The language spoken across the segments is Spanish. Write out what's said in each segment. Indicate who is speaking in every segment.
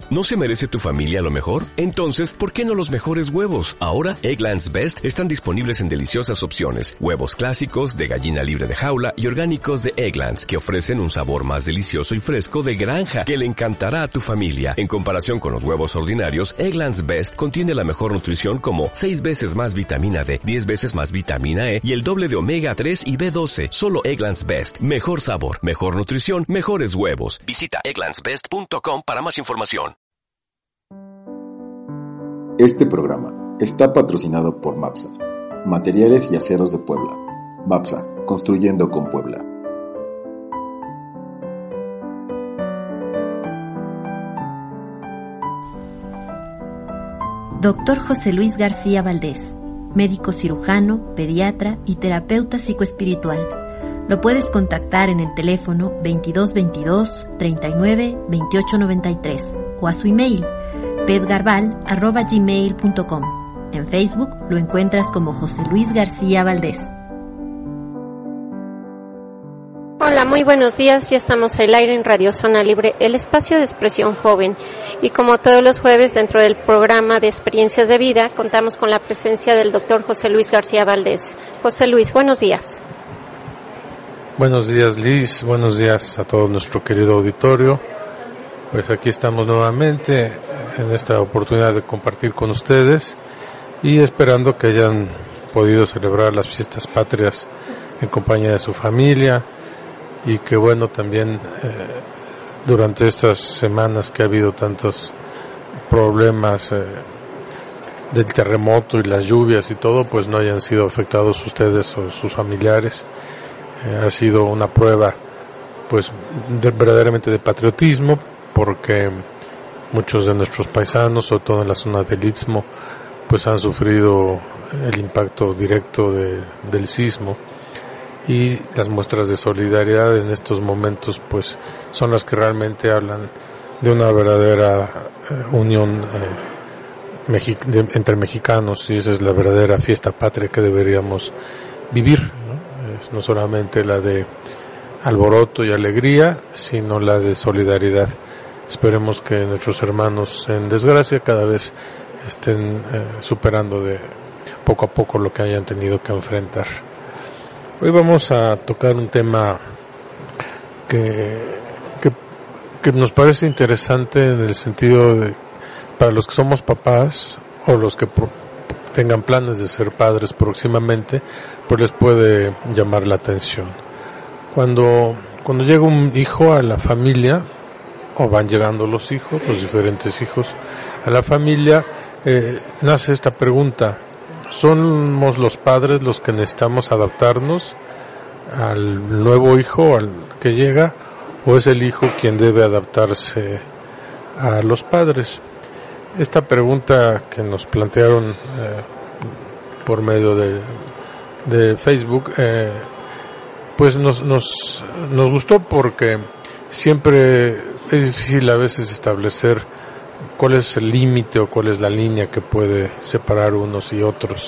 Speaker 1: ¿No se merece tu familia lo mejor? Entonces, ¿por qué no los mejores huevos? Ahora, Eggland's Best están disponibles en deliciosas opciones. Huevos clásicos, de gallina libre de jaula y orgánicos de Eggland's, que ofrecen un sabor más delicioso y fresco de granja, que le encantará a tu familia. En comparación con los huevos ordinarios, Eggland's Best contiene la mejor nutrición como 6 veces más vitamina D, 10 veces más vitamina E y el doble de omega 3 y B12. Solo Eggland's Best. Mejor sabor, mejor nutrición, mejores huevos. Visita egglandsbest.com para más información.
Speaker 2: Este programa está patrocinado por MAPSA, Materiales y Aceros de Puebla. MAPSA, construyendo con Puebla.
Speaker 3: Dr. José Luis García Valdés, médico cirujano, pediatra y terapeuta psicoespiritual. Lo puedes contactar en el teléfono 2222 39 28 93 o a su email pedgarbal@gmail.com. En Facebook lo encuentras como José Luis García Valdés.
Speaker 4: Hola, muy buenos días. Ya estamos al aire en Radio Zona Libre, el espacio de expresión joven. Y como todos los jueves, dentro del programa de experiencias de vida, contamos con la presencia del doctor José Luis García Valdés. José Luis, buenos días.
Speaker 5: Buenos días, Liz. Buenos días a todo nuestro querido auditorio. Pues aquí estamos nuevamente en esta oportunidad de compartir con ustedes y esperando que hayan podido celebrar las fiestas patrias en compañía de su familia y que bueno, también durante estas semanas que ha habido tantos problemas del terremoto y las lluvias y todo, pues no hayan sido afectados ustedes o sus familiares. Ha sido una prueba pues verdaderamente de patriotismo, porque muchos de nuestros paisanos, sobre todo en la zona del Istmo, pues han sufrido el impacto directo del sismo, y las muestras de solidaridad en estos momentos pues son las que realmente hablan de una verdadera unión entre mexicanos, y esa es la verdadera fiesta patria que deberíamos vivir, ¿no? No solamente la de alboroto y alegría, sino la de solidaridad. Esperemos que nuestros hermanos en desgracia cada vez estén superando de poco a poco lo que hayan tenido que enfrentar. Hoy vamos a tocar un tema que nos parece interesante en el sentido de, para los que somos papás o los que tengan planes de ser padres próximamente, pues les puede llamar la atención. Cuando llega un hijo a la familia, o van llegando los hijos, los diferentes hijos a la familia, nace esta pregunta: ¿somos los padres los que necesitamos adaptarnos al nuevo hijo al que llega, o es el hijo quien debe adaptarse a los padres? Esta pregunta que nos plantearon por medio de Facebook, pues nos gustó, porque siempre es difícil a veces establecer cuál es el límite o cuál es la línea que puede separar unos y otros.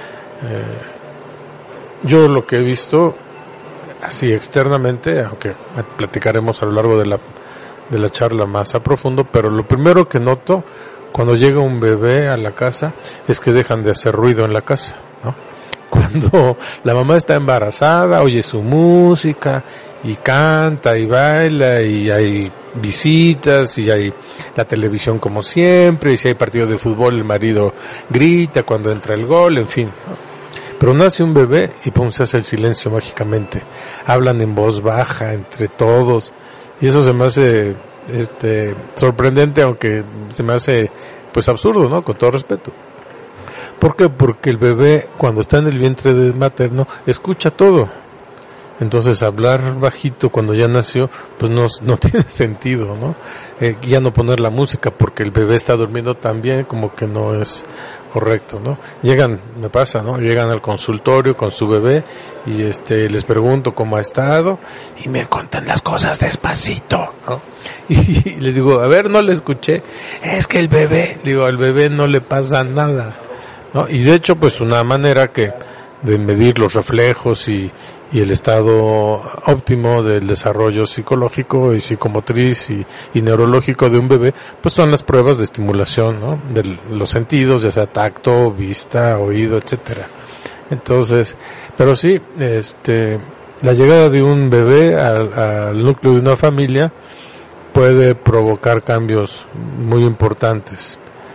Speaker 5: Yo lo que he visto así externamente, aunque platicaremos a lo largo de la charla más a profundo, pero lo primero que noto cuando llega un bebé a la casa es que dejan de hacer ruido en la casa, ¿no? Cuando la mamá está embarazada, oye su música y canta y baila, y hay visitas y hay la televisión como siempre, y si hay partido de fútbol el marido grita cuando entra el gol, en fin. Pero nace un bebé y pum, se hace el silencio mágicamente. Hablan en voz baja entre todos, y eso se me hace sorprendente, aunque se me hace pues absurdo, ¿no? Con todo respeto. ¿Por qué? Porque el bebé, cuando está en el vientre materno, escucha todo. Entonces hablar bajito cuando ya nació, pues no tiene sentido, ¿no? Ya no poner la música porque el bebé está durmiendo tan bien, como que no es correcto, ¿no? Me pasa, ¿no? Llegan al consultorio con su bebé y les pregunto cómo ha estado y me cuentan las cosas despacito, ¿no? Y les digo, a ver, no le escuché. Es que al bebé no le pasa nada, ¿no? Y de hecho, pues una manera de medir los reflejos y y el estado óptimo del desarrollo psicológico y psicomotriz y neurológico de un bebé, pues son las pruebas de estimulación, ¿no? De los sentidos, ya sea tacto, vista, oído, etcétera. Entonces, pero sí, la llegada de un bebé al núcleo de una familia puede provocar cambios muy importantes.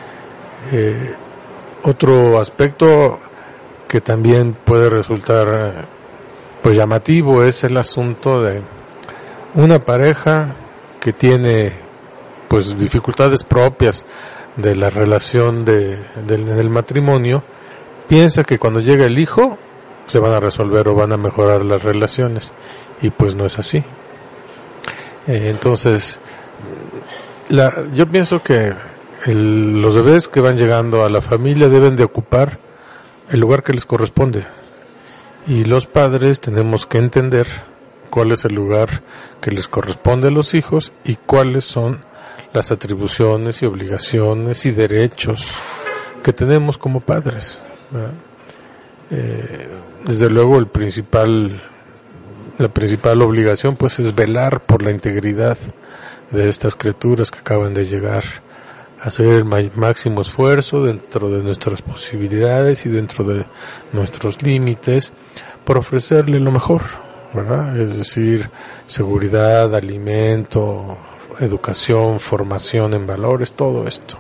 Speaker 5: Otro aspecto que también puede resultar pues llamativo es el asunto de una pareja que tiene pues dificultades propias de la relación del matrimonio, piensa que cuando llega el hijo se van a resolver o van a mejorar las relaciones, y pues no es así. Entonces yo pienso que los bebés que van llegando a la familia deben de ocupar el lugar que les corresponde, y los padres tenemos que entender cuál es el lugar que les corresponde a los hijos y cuáles son las atribuciones y obligaciones y derechos que tenemos como padres, ¿verdad? Desde luego la principal obligación pues es velar por la integridad de estas criaturas que acaban de llegar, hacer el máximo esfuerzo dentro de nuestras posibilidades y dentro de nuestros límites por ofrecerle lo mejor, ¿verdad? Es decir, seguridad, alimento, educación, formación en valores, todo esto.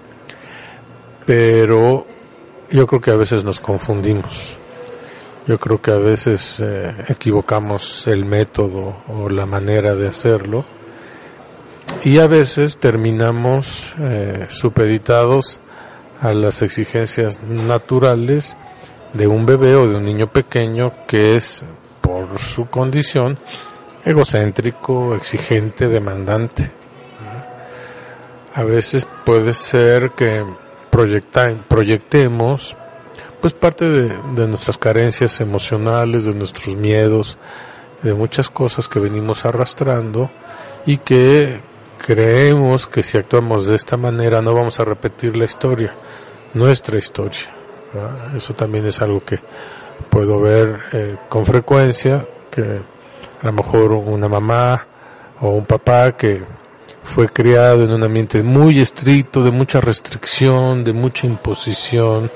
Speaker 5: Pero yo creo que a veces nos confundimos. Yo creo que a veces equivocamos el método o la manera de hacerlo, y a veces terminamos supeditados a las exigencias naturales de un bebé o de un niño pequeño que es, por su condición, egocéntrico, exigente, demandante. A veces puede ser que proyectemos pues parte de nuestras carencias emocionales, de nuestros miedos, de muchas cosas que venimos arrastrando, y que creemos que si actuamos de esta manera no vamos a repetir la historia, nuestra historia, ¿verdad? Eso también es algo que puedo ver con frecuencia, que a lo mejor una mamá o un papá que fue criado en un ambiente muy estricto, de mucha restricción, de mucha imposición,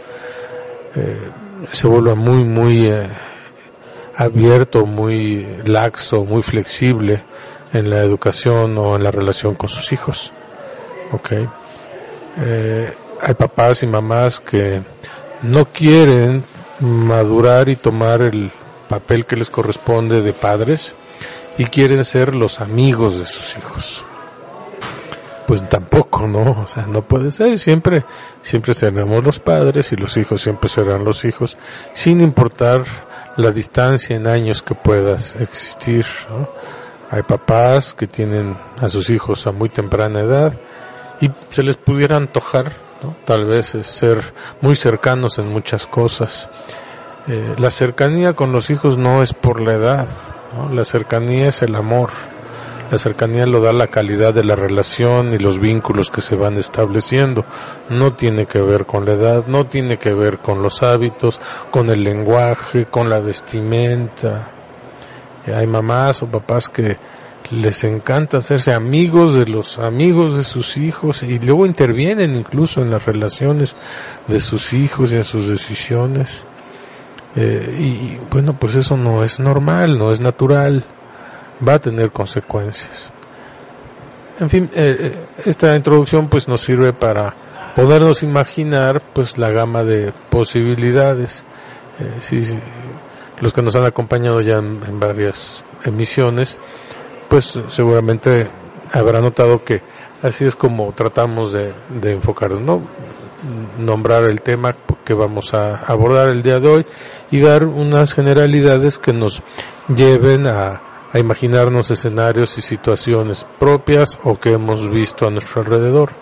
Speaker 5: se vuelve muy abierto, muy laxo, muy flexible en la educación o en la relación con sus hijos. Okay. Hay papás y mamás que no quieren madurar y tomar el papel que les corresponde de padres y quieren ser los amigos de sus hijos. Pues tampoco, ¿no? O sea, no puede ser. Siempre seremos los padres y los hijos siempre serán los hijos, sin importar la distancia en años que puedas existir, ¿no? Hay papás que tienen a sus hijos a muy temprana edad y se les pudiera antojar, ¿no? Tal vez ser muy cercanos en muchas cosas. La cercanía con los hijos no es por la edad, ¿no? La cercanía es el amor. La cercanía lo da la calidad de la relación y los vínculos que se van estableciendo. No tiene que ver con la edad, no tiene que ver con los hábitos, con el lenguaje, con la vestimenta. Hay mamás o papás que les encanta hacerse amigos de los amigos de sus hijos y luego intervienen incluso en las relaciones de sus hijos y en sus decisiones. Y bueno, pues eso no es normal, no es natural. Va a tener consecuencias. En fin, esta introducción pues nos sirve para podernos imaginar pues la gama de posibilidades. Sí, los que nos han acompañado ya en varias emisiones, pues seguramente habrán notado que así es como tratamos de enfocarnos, ¿no? Nombrar el tema que vamos a abordar el día de hoy y dar unas generalidades que nos lleven a imaginarnos escenarios y situaciones propias o que hemos visto a nuestro alrededor.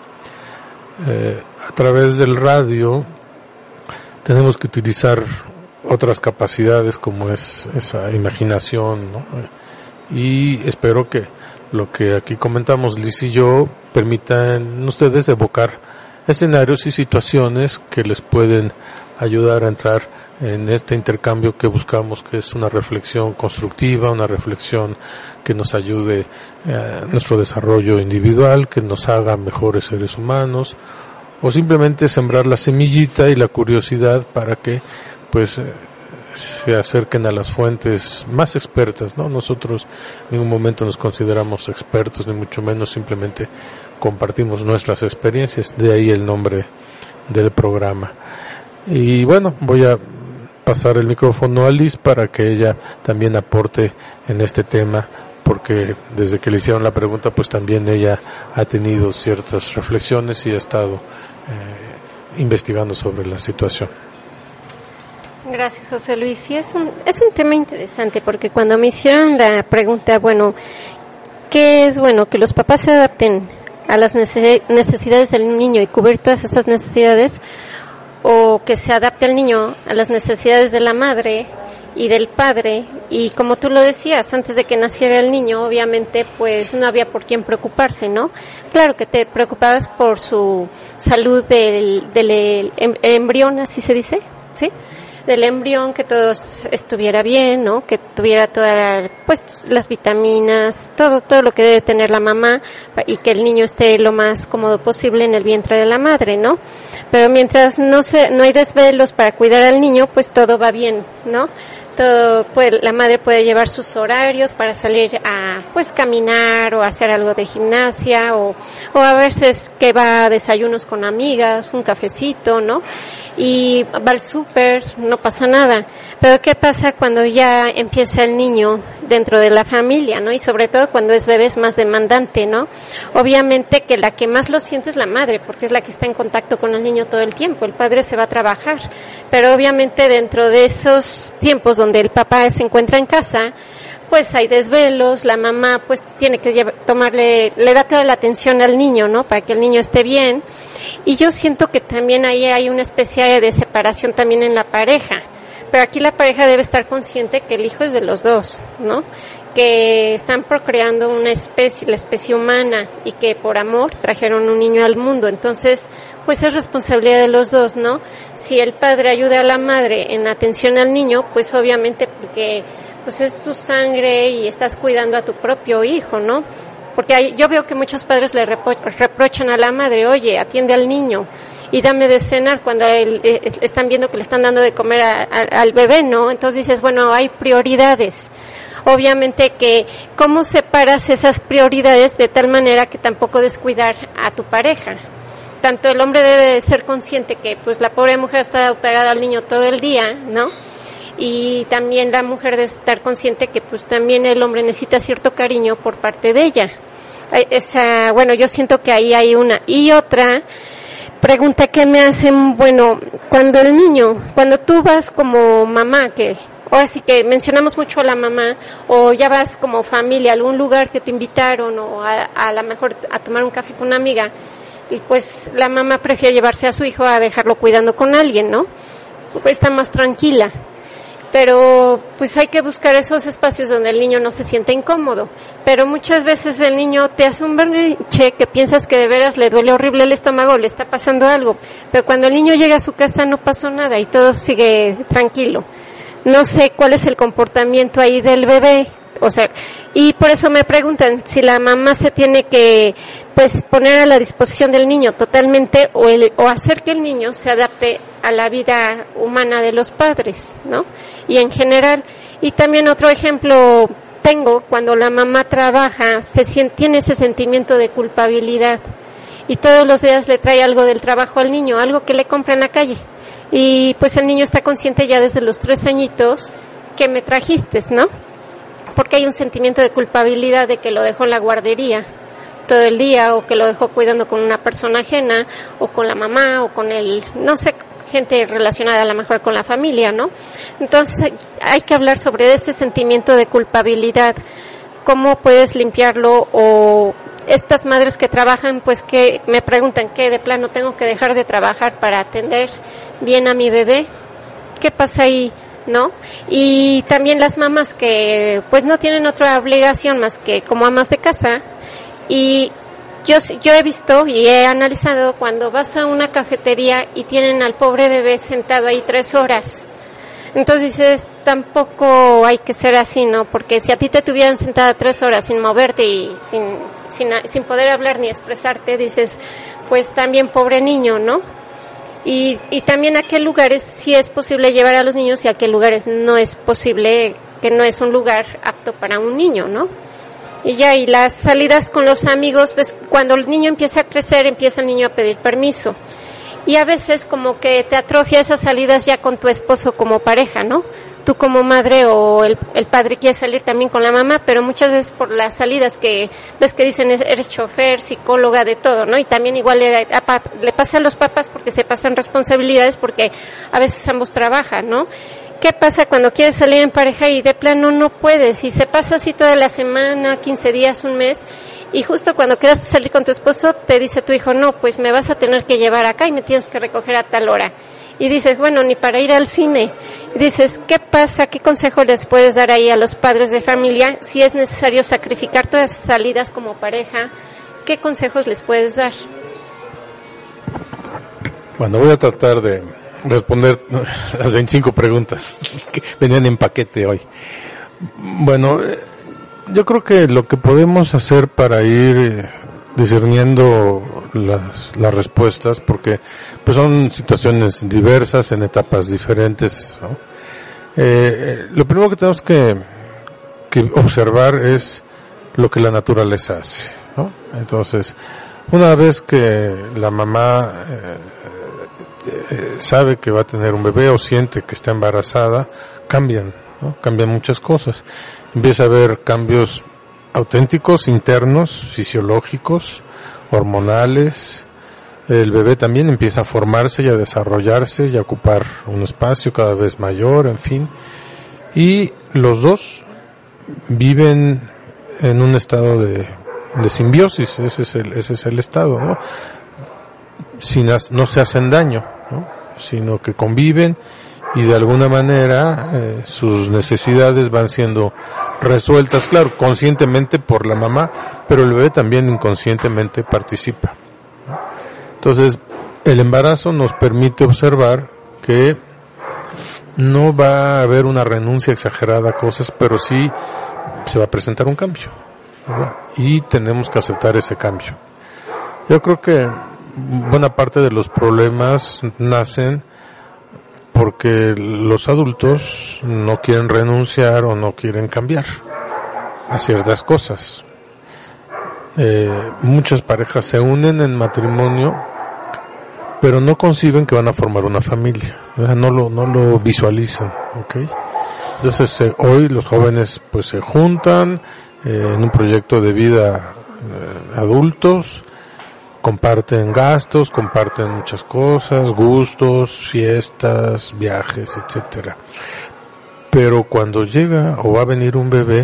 Speaker 5: A través del radio tenemos que utilizar otras capacidades como es esa imaginación, ¿no? Y espero que lo que aquí comentamos Liz y yo permitan ustedes evocar escenarios y situaciones que les pueden ayudar a entrar en este intercambio que buscamos, que es una reflexión constructiva, una reflexión que nos ayude a nuestro desarrollo individual, que nos haga mejores seres humanos, o simplemente sembrar la semillita y la curiosidad para que pues se acerquen a las fuentes más expertas, ¿no? Nosotros en ningún momento nos consideramos expertos, ni mucho menos, simplemente compartimos nuestras experiencias, de ahí el nombre del programa. Y bueno, voy a pasar el micrófono a Liz para que ella también aporte en este tema, porque desde que le hicieron la pregunta, pues también ella ha tenido ciertas reflexiones y ha estado investigando sobre la situación.
Speaker 4: Gracias, José Luis. Sí, es un tema interesante, porque cuando me hicieron la pregunta, bueno, ¿qué es bueno? Que los papás se adapten a las necesidades del niño y cubrir todas esas necesidades, o que se adapte el niño a las necesidades de la madre y del padre. Y como tú lo decías, antes de que naciera el niño, obviamente pues no había por quién preocuparse, ¿no? Claro que te preocupabas por su salud del embrión, así se dice, ¿sí? Del embrión, que todo estuviera bien, ¿no? Que tuviera todas pues las vitaminas, todo lo que debe tener la mamá, y que el niño esté lo más cómodo posible en el vientre de la madre, ¿no? Pero mientras no hay desvelos para cuidar al niño, pues todo va bien, ¿no? La madre puede llevar sus horarios para salir a pues caminar o hacer algo de gimnasia, o a veces que va a desayunos con amigas, un cafecito, ¿no? Y va al súper, no pasa nada. Pero ¿qué pasa cuando ya empieza el niño dentro de la familia, ¿no? Y sobre todo cuando es bebé, es más demandante, ¿no? Obviamente que la que más lo siente es la madre, porque es la que está en contacto con el niño todo el tiempo. El padre se va a trabajar, pero obviamente dentro de esos tiempos donde el papá se encuentra en casa, pues hay desvelos, la mamá pues tiene que le da toda la atención al niño, ¿no? Para que el niño esté bien. Y yo siento que también ahí hay una especie de separación también en la pareja. Pero aquí la pareja debe estar consciente que el hijo es de los dos, ¿no? Que están procreando una especie, la especie humana, y que por amor trajeron un niño al mundo. Entonces, pues es responsabilidad de los dos, ¿no? Si el padre ayuda a la madre en atención al niño, pues obviamente porque pues es tu sangre y estás cuidando a tu propio hijo, ¿no? Porque yo veo que muchos padres le reprochan a la madre, oye, atiende al niño y dame de cenar, cuando están viendo que le están dando de comer al bebé, ¿no? Entonces dices, bueno, hay prioridades. Obviamente que, ¿cómo separas esas prioridades de tal manera que tampoco descuidar a tu pareja? Tanto el hombre debe de ser consciente que, pues, la pobre mujer está pegada al niño todo el día, ¿no? Y también la mujer debe estar consciente que, pues, también el hombre necesita cierto cariño por parte de ella. Bueno, yo siento que ahí hay una. Y otra pregunta que me hacen, bueno, cuando tú vas como mamá, que ahora sí que mencionamos mucho a la mamá, o ya vas como familia a algún lugar que te invitaron, o a lo mejor a tomar un café con una amiga, y pues la mamá prefiere llevarse a su hijo a dejarlo cuidando con alguien, ¿no? Pues está más tranquila. Pero pues hay que buscar esos espacios donde el niño no se siente incómodo. Pero muchas veces el niño te hace un berrinche que piensas que de veras le duele horrible el estómago, le está pasando algo. Pero cuando el niño llega a su casa no pasó nada y todo sigue tranquilo. No sé cuál es el comportamiento ahí del bebé. O sea, y por eso me preguntan si la mamá se tiene que pues poner a la disposición del niño totalmente, o hacer que el niño se adapte a la vida humana de los padres, ¿no? Y en general. Y también otro ejemplo tengo, cuando la mamá trabaja, tiene ese sentimiento de culpabilidad, y todos los días le trae algo del trabajo al niño, algo que le compra en la calle, y pues el niño está consciente ya desde los 3 añitos que me trajiste, ¿no? Porque hay un sentimiento de culpabilidad de que lo dejó en la guardería todo el día, o que lo dejó cuidando con una persona ajena, o con la mamá, o con no sé, gente relacionada a lo mejor con la familia, ¿no? Entonces hay que hablar sobre ese sentimiento de culpabilidad, cómo puedes limpiarlo. O estas madres que trabajan, pues que me preguntan que de plano tengo que dejar de trabajar para atender bien a mi bebé, ¿qué pasa ahí? ¿No? Y también las mamás que pues no tienen otra obligación más que como amas de casa, y Yo he visto y he analizado cuando vas a una cafetería y tienen al pobre bebé sentado ahí 3 horas. Entonces dices, tampoco hay que ser así, ¿no? Porque si a ti te tuvieran sentada 3 horas sin moverte y sin poder hablar ni expresarte, dices, pues también pobre niño, ¿no? Y también a qué lugares sí es posible llevar a los niños y a qué lugares no es posible, que no es un lugar apto para un niño, ¿no? Y las salidas con los amigos, pues cuando el niño empieza a crecer, empieza el niño a pedir permiso. Y a veces como que te atrofia esas salidas ya con tu esposo como pareja, ¿no? Tú como madre o el padre quiere salir también con la mamá, pero muchas veces por las salidas que ves que dicen eres chofer, psicóloga, de todo, ¿no? Y también igual le pasa a los papás porque se pasan responsabilidades porque a veces ambos trabajan, ¿no? ¿Qué pasa cuando quieres salir en pareja y de plano no puedes? Y se pasa así toda la semana, 15 días, un mes, y justo cuando quedas de salir con tu esposo te dice tu hijo, no, pues me vas a tener que llevar acá y me tienes que recoger a tal hora. Y dices, bueno, ni para ir al cine. Y dices, ¿qué pasa? ¿Qué consejo les puedes dar ahí a los padres de familia si es necesario sacrificar todas esas salidas como pareja? ¿Qué consejos les puedes dar?
Speaker 5: Bueno, voy a tratar de responder las 25 preguntas que venían en paquete hoy. Bueno, yo creo que lo que podemos hacer para ir discerniendo las respuestas, porque pues son situaciones diversas en etapas diferentes, ¿no? Lo primero que tenemos que observar es lo que la naturaleza hace, ¿no? Entonces, una vez que la mamá sabe que va a tener un bebé o siente que está embarazada, cambian, ¿no? Cambian muchas cosas. Empieza a haber cambios auténticos, internos, fisiológicos, hormonales. El bebé también empieza a formarse y a desarrollarse y a ocupar un espacio cada vez mayor, en fin. Y los dos viven en un estado de simbiosis, ese es el estado, ¿no? No se hacen daño, ¿no? Sino que conviven y de alguna manera sus necesidades van siendo resueltas, claro, conscientemente por la mamá, pero el bebé también inconscientemente participa, ¿no? Entonces, el embarazo nos permite observar que no va a haber una renuncia exagerada a cosas, pero sí se va a presentar un cambio, ¿verdad? Y tenemos que aceptar ese cambio. Yo creo que buena parte de los problemas nacen porque los adultos no quieren renunciar o no quieren cambiar a ciertas cosas. Muchas parejas se unen en matrimonio, pero no conciben que van a formar una familia, no lo visualizan, ¿okay? Entonces hoy los jóvenes pues se juntan en un proyecto de vida adultos, comparten gastos, comparten muchas cosas, gustos, fiestas, viajes, etcétera. Pero cuando llega o va a venir un bebé,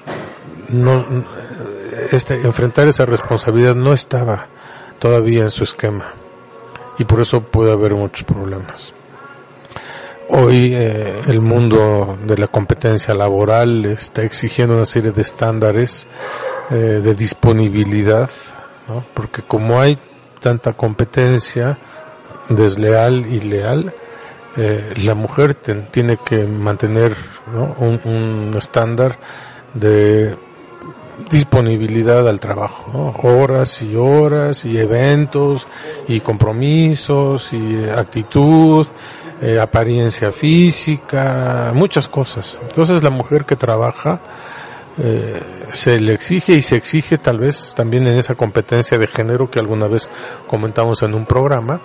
Speaker 5: enfrentar esa responsabilidad no estaba todavía en su esquema y por eso puede haber muchos problemas. Hoy el mundo de la competencia laboral está exigiendo una serie de estándares de disponibilidad, ¿no? Porque como hay tanta competencia desleal y leal, la mujer tiene que mantener, ¿no? un estándar de disponibilidad al trabajo, ¿no? Horas y horas y eventos y compromisos y actitud, apariencia física, muchas cosas. Entonces la mujer que trabaja se le exige y se exige tal vez también en esa competencia de género que alguna vez comentamos en un programa,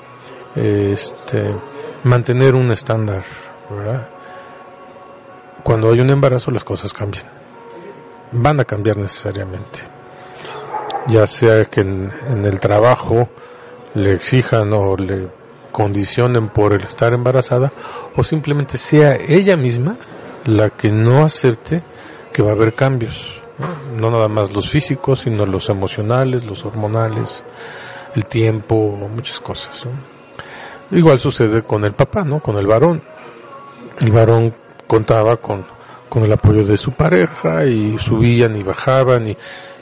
Speaker 5: mantener un estándar, ¿verdad? Cuando hay un embarazo las cosas cambian, van a cambiar necesariamente, ya sea que en el trabajo le exijan o le condicionen por el estar embarazada o simplemente sea ella misma la que no acepte que va a haber cambios, no nada más los físicos, sino los emocionales, los hormonales, el tiempo, muchas cosas, ¿no? Igual sucede con el papá, ¿no? Con el varón. El varón contaba con el apoyo de su pareja y subían y bajaban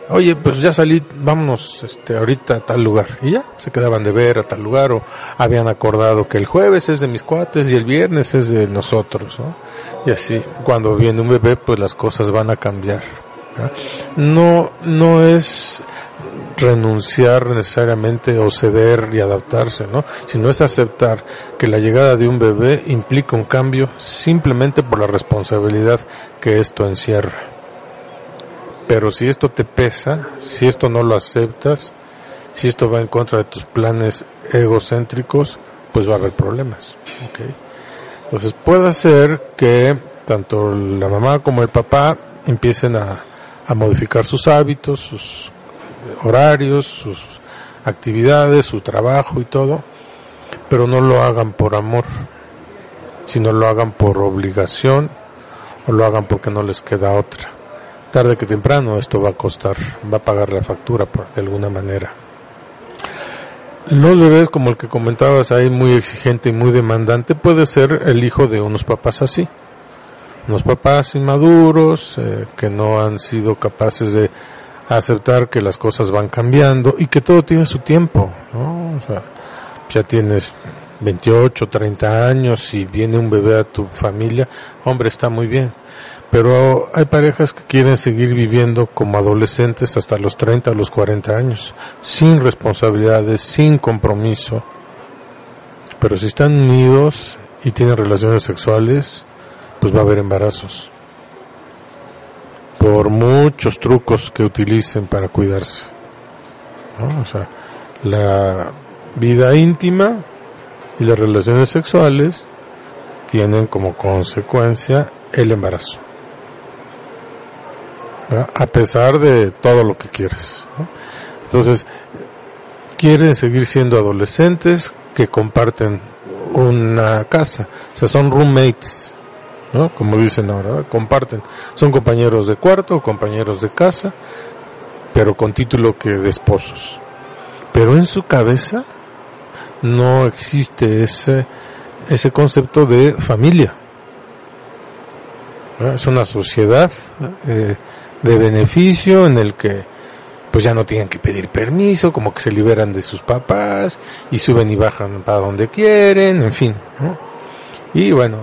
Speaker 5: oye, pues ya salí, vámonos ahorita a tal lugar. Y ya, se quedaban de ver a tal lugar, o habían acordado que el jueves es de mis cuates y el viernes es de nosotros, ¿no? Y así, cuando viene un bebé, pues las cosas van a cambiar, ¿no? No es renunciar necesariamente o ceder y adaptarse, ¿no? Sino es aceptar que la llegada de un bebé implica un cambio simplemente por la responsabilidad que esto encierra. Pero si esto te pesa, si esto no lo aceptas, si esto va en contra de tus planes egocéntricos, pues va a haber problemas, ¿okay? Entonces puede ser que tanto la mamá como el papá empiecen a modificar sus hábitos, sus horarios, sus actividades, su trabajo y todo, pero no lo hagan por amor, sino lo hagan por obligación o lo hagan porque no les queda otra. Tarde que temprano esto va a costar, va a pagar la factura de alguna manera. Los bebés, como el que comentabas ahí, muy exigente y muy demandante, puede ser el hijo de unos papás así. Unos papás inmaduros, que no han sido capaces de aceptar que las cosas van cambiando y que todo tiene su tiempo, ¿no? O sea, ya tienes 28, 30 años y viene un bebé a tu familia, hombre, está muy bien. Pero hay parejas que quieren seguir viviendo como adolescentes hasta los 30 o los 40 años, sin responsabilidades, sin compromiso. Pero si están unidos y tienen relaciones sexuales, pues va a haber embarazos. Por muchos trucos que utilicen para cuidarse, ¿no? O sea, la vida íntima y las relaciones sexuales tienen como consecuencia el embarazo, ¿verdad? A pesar de todo lo que quieres, ¿no? Entonces, quieren seguir siendo adolescentes que comparten una casa, o sea, son roommates, ¿no? Como dicen ahora, ¿verdad? Comparten, son compañeros de cuarto o compañeros de casa, pero con título que de esposos. Pero en su cabeza no existe ese concepto de familia, ¿verdad? Es una sociedad de beneficio en el que pues ya no tienen que pedir permiso, como que se liberan de sus papás y suben y bajan para donde quieren, en fin, ¿no? Y bueno,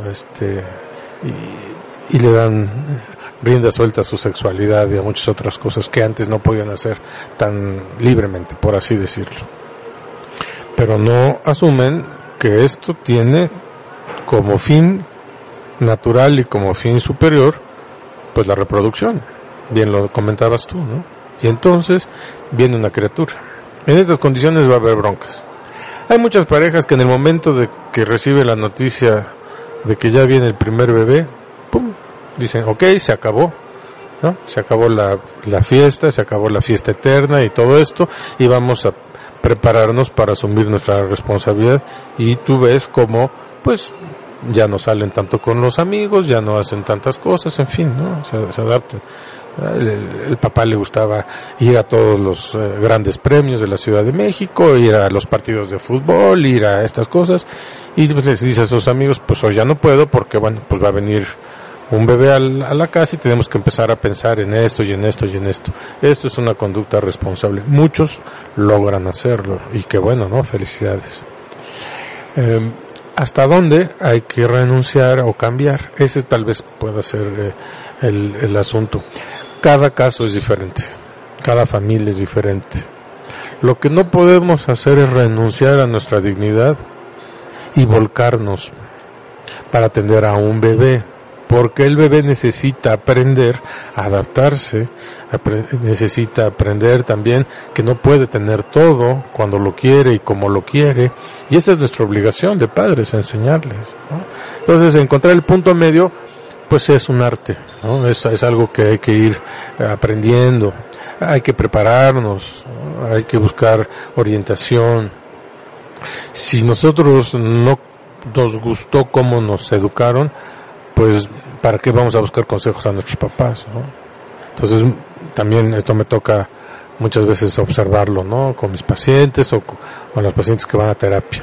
Speaker 5: y le dan rienda suelta a su sexualidad y a muchas otras cosas que antes no podían hacer tan libremente, por así decirlo. Pero no asumen que esto tiene como fin natural y como fin superior, pues la reproducción. Bien lo comentabas tú, ¿no? Y entonces viene una criatura. En estas condiciones va a haber broncas. Hay muchas parejas que en el momento de que recibe la noticia de que ya viene el primer bebé, ¡pum!, dicen, ok, se acabó, ¿no? Se acabó la fiesta, se acabó la fiesta eterna y todo esto, y vamos a prepararnos para asumir nuestra responsabilidad. Y tú ves cómo, pues, ya no salen tanto con los amigos, ya no hacen tantas cosas, en fin, ¿no? Se adaptan. El papá le gustaba ir a todos los grandes premios de la Ciudad de México, ir a los partidos de fútbol, ir a estas cosas, y pues les dice a sus amigos, pues hoy ya no puedo porque, bueno, pues va a venir un bebé a la casa y tenemos que empezar a pensar en esto y en esto y en esto. Esto es una conducta responsable. Muchos logran hacerlo y qué bueno, ¿no? Felicidades. ¿Hasta dónde hay que renunciar o cambiar? Ese tal vez pueda ser el asunto. Cada caso es diferente, cada familia es diferente. Lo que no podemos hacer es renunciar a nuestra dignidad y volcarnos para atender a un bebé, porque el bebé necesita aprender a adaptarse, necesita aprender también que no puede tener todo cuando lo quiere y como lo quiere, y esa es nuestra obligación de padres, enseñarles, ¿no? Entonces, encontrar el punto medio, pues es un arte, ¿no? Es algo que hay que ir aprendiendo, hay que prepararnos, ¿no? Hay que buscar orientación. Si nosotros no nos gustó cómo nos educaron, pues ¿para qué vamos a buscar consejos a nuestros papás, ¿no? Entonces también esto me toca muchas veces observarlo, ¿no? Con mis pacientes o con los pacientes que van a terapia.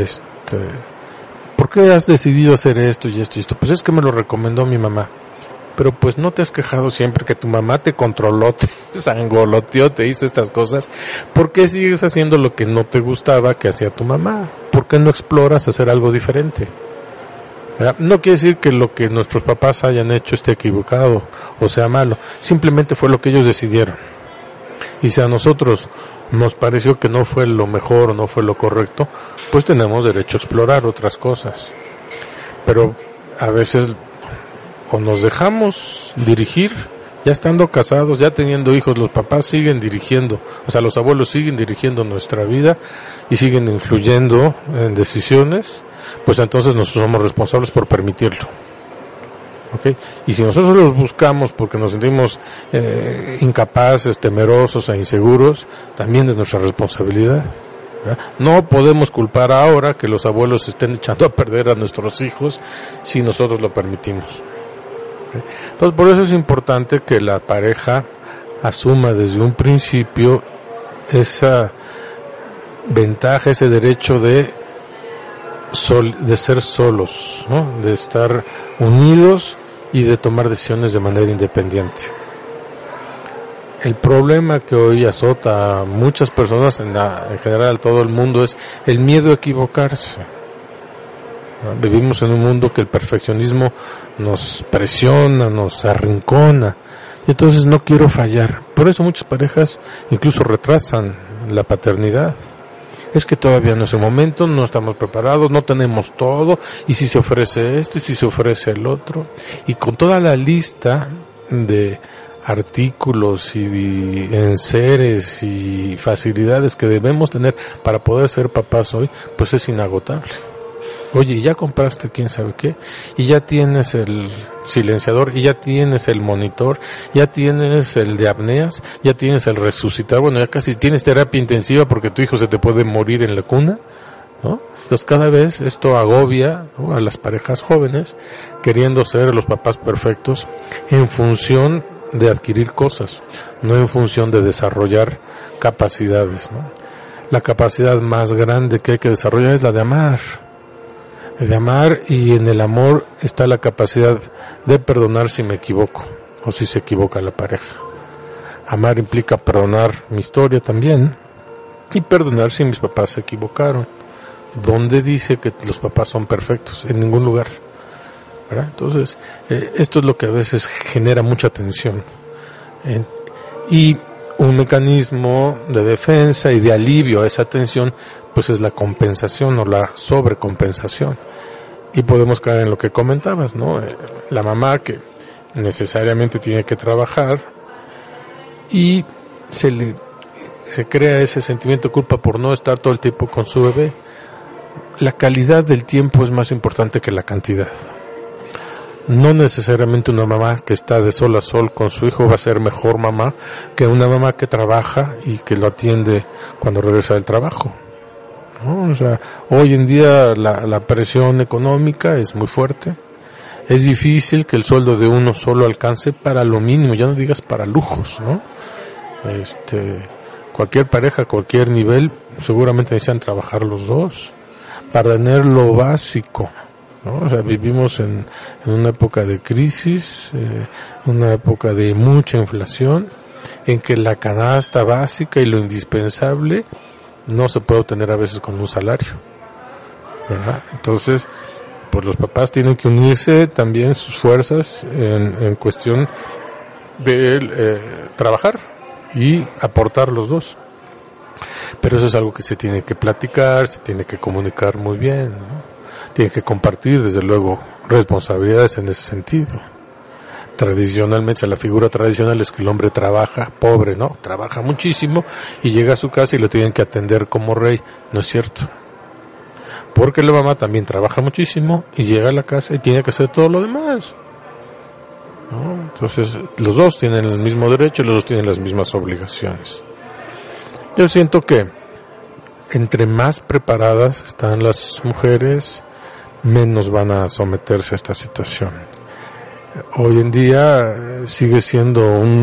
Speaker 5: ¿Por qué has decidido hacer esto y esto y esto? Pues es que me lo recomendó mi mamá. pero pues no te has quejado siempre que tu mamá te controló, te sangoloteó, te hizo estas cosas. ¿Por qué sigues haciendo lo que no te gustaba que hacía tu mamá? ¿Por qué no exploras hacer algo diferente? ¿Verdad? No quiere decir que lo que nuestros papás hayan hecho esté equivocado o sea malo, simplemente fue lo que ellos decidieron. Y si a nosotros nos pareció que no fue lo mejor o no fue lo correcto, pues tenemos derecho a explorar otras cosas. Pero a veces o nos dejamos dirigir, ya estando casados, ya teniendo hijos, los papás siguen dirigiendo, o sea, los abuelos siguen dirigiendo nuestra vida y siguen influyendo en decisiones, pues entonces nosotros somos responsables por permitirlo. ¿Okay? Y si nosotros los buscamos porque nos sentimos incapaces, temerosos e inseguros, también es nuestra responsabilidad. ¿Verdad? No podemos culpar ahora que los abuelos estén echando a perder a nuestros hijos si nosotros lo permitimos. ¿Okay? Entonces, por eso es importante que la pareja asuma desde un principio esa ventaja, ese derecho de ser solos, ¿no? De estar unidos y de tomar decisiones de manera independiente. El problema que hoy azota a muchas personas, en general a todo el mundo, es el miedo a equivocarse. ¿No? Vivimos en un mundo que el perfeccionismo nos presiona, nos arrincona, y entonces no quiero fallar. Por eso muchas parejas incluso retrasan la paternidad. Es que todavía no es el momento, no estamos preparados, no tenemos todo, y si se ofrece esto, y si se ofrece el otro, y con toda la lista de artículos y enseres y facilidades que debemos tener para poder ser papás hoy, pues es inagotable. Oye, ya compraste quién sabe qué, y ya tienes el silenciador, y ya tienes el monitor, ya tienes el de apneas, ya tienes el resucitar, bueno, ya casi tienes terapia intensiva porque tu hijo se te puede morir en la cuna, ¿no? Entonces cada vez esto agobia, ¿no?, a las parejas jóvenes queriendo ser los papás perfectos en función de adquirir cosas, no en función de desarrollar capacidades, ¿no? La capacidad más grande que hay que desarrollar es la de amar. De amar, y en el amor está la capacidad de perdonar si me equivoco o si se equivoca la pareja. Amar implica perdonar mi historia también y perdonar si mis papás se equivocaron. ¿Dónde dice que los papás son perfectos? En ningún lugar, ¿verdad? Entonces, esto es lo que a veces genera mucha tensión. Y un mecanismo de defensa y de alivio a esa tensión, pues es la compensación o la sobrecompensación. Y podemos caer en lo que comentabas, ¿no? La mamá que necesariamente tiene que trabajar y se crea ese sentimiento de culpa por no estar todo el tiempo con su bebé. La calidad del tiempo es más importante que la cantidad. No necesariamente una mamá que está de sol a sol con su hijo va a ser mejor mamá que una mamá que trabaja y que lo atiende cuando regresa del trabajo, ¿no? O sea, hoy en día la presión económica es muy fuerte. Es difícil que el sueldo de uno solo alcance para lo mínimo, ya no digas para lujos, ¿no? Cualquier pareja, cualquier nivel, seguramente necesitan trabajar los dos para tener lo básico, ¿no? O sea, vivimos en una época de crisis, una época de mucha inflación, en que la canasta básica y lo indispensable no se puede obtener a veces con un salario, ¿verdad? Entonces, pues los papás tienen que unirse también sus fuerzas en cuestión de trabajar y aportar los dos. Pero eso es algo que se tiene que platicar, se tiene que comunicar muy bien, ¿no? Tiene que compartir, desde luego, responsabilidades en ese sentido. Tradicionalmente, la figura tradicional es que el hombre trabaja, pobre, ¿no? Trabaja muchísimo y llega a su casa y lo tienen que atender como rey. No es cierto. Porque la mamá también trabaja muchísimo y llega a la casa y tiene que hacer todo lo demás, ¿no? Entonces, los dos tienen el mismo derecho y los dos tienen las mismas obligaciones. Yo siento que entre más preparadas están las mujeres, menos van a someterse a esta situación. Hoy en día sigue siendo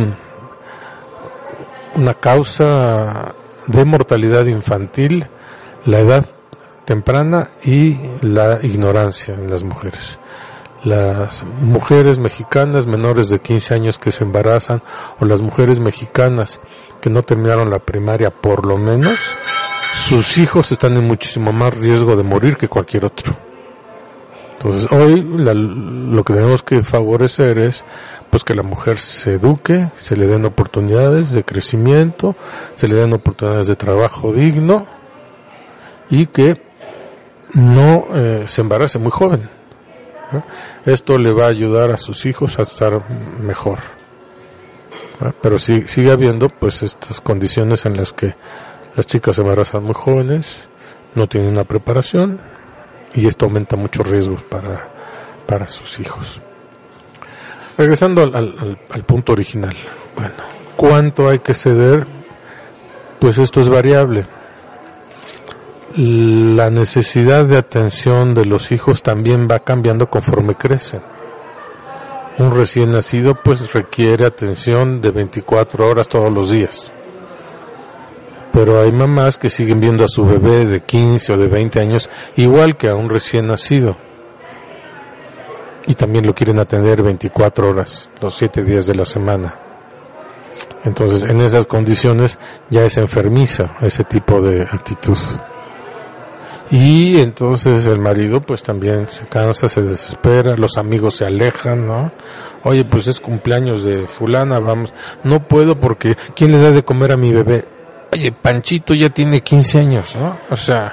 Speaker 5: una causa de mortalidad infantil la edad temprana y la ignorancia en las mujeres. las mujeres mexicanas menores de 15 años que se embarazan, o las mujeres mexicanas que no terminaron la primaria por lo menos, sus hijos están en muchísimo más riesgo de morir que cualquier otro. Entonces hoy lo que tenemos que favorecer es pues que la mujer se eduque, se le den oportunidades de crecimiento, se le den oportunidades de trabajo digno y que no se embarace muy joven, ¿no? Esto le va a ayudar a sus hijos a estar mejor, ¿no? Pero sigue habiendo pues estas condiciones en las que las chicas se embarazan muy jóvenes, no tienen una preparación, y esto aumenta muchos riesgos para sus hijos. Regresando al punto original, bueno, ¿cuánto hay que ceder? Pues esto es variable. La necesidad de atención de los hijos también va cambiando conforme crecen. Un recién nacido pues requiere atención de 24 horas todos los días. Pero hay mamás que siguen viendo a su bebé de 15 o de 20 años igual que a un recién nacido. Y también lo quieren atender 24 horas, los 7 días de la semana. Entonces, en esas condiciones ya es enfermiza ese tipo de actitud. Y entonces el marido pues también se cansa, se desespera, los amigos se alejan, ¿no? Oye, pues es cumpleaños de fulana, vamos. No puedo porque ¿quién le da de comer a mi bebé? Oye, Panchito ya tiene 15 años, ¿no? O sea,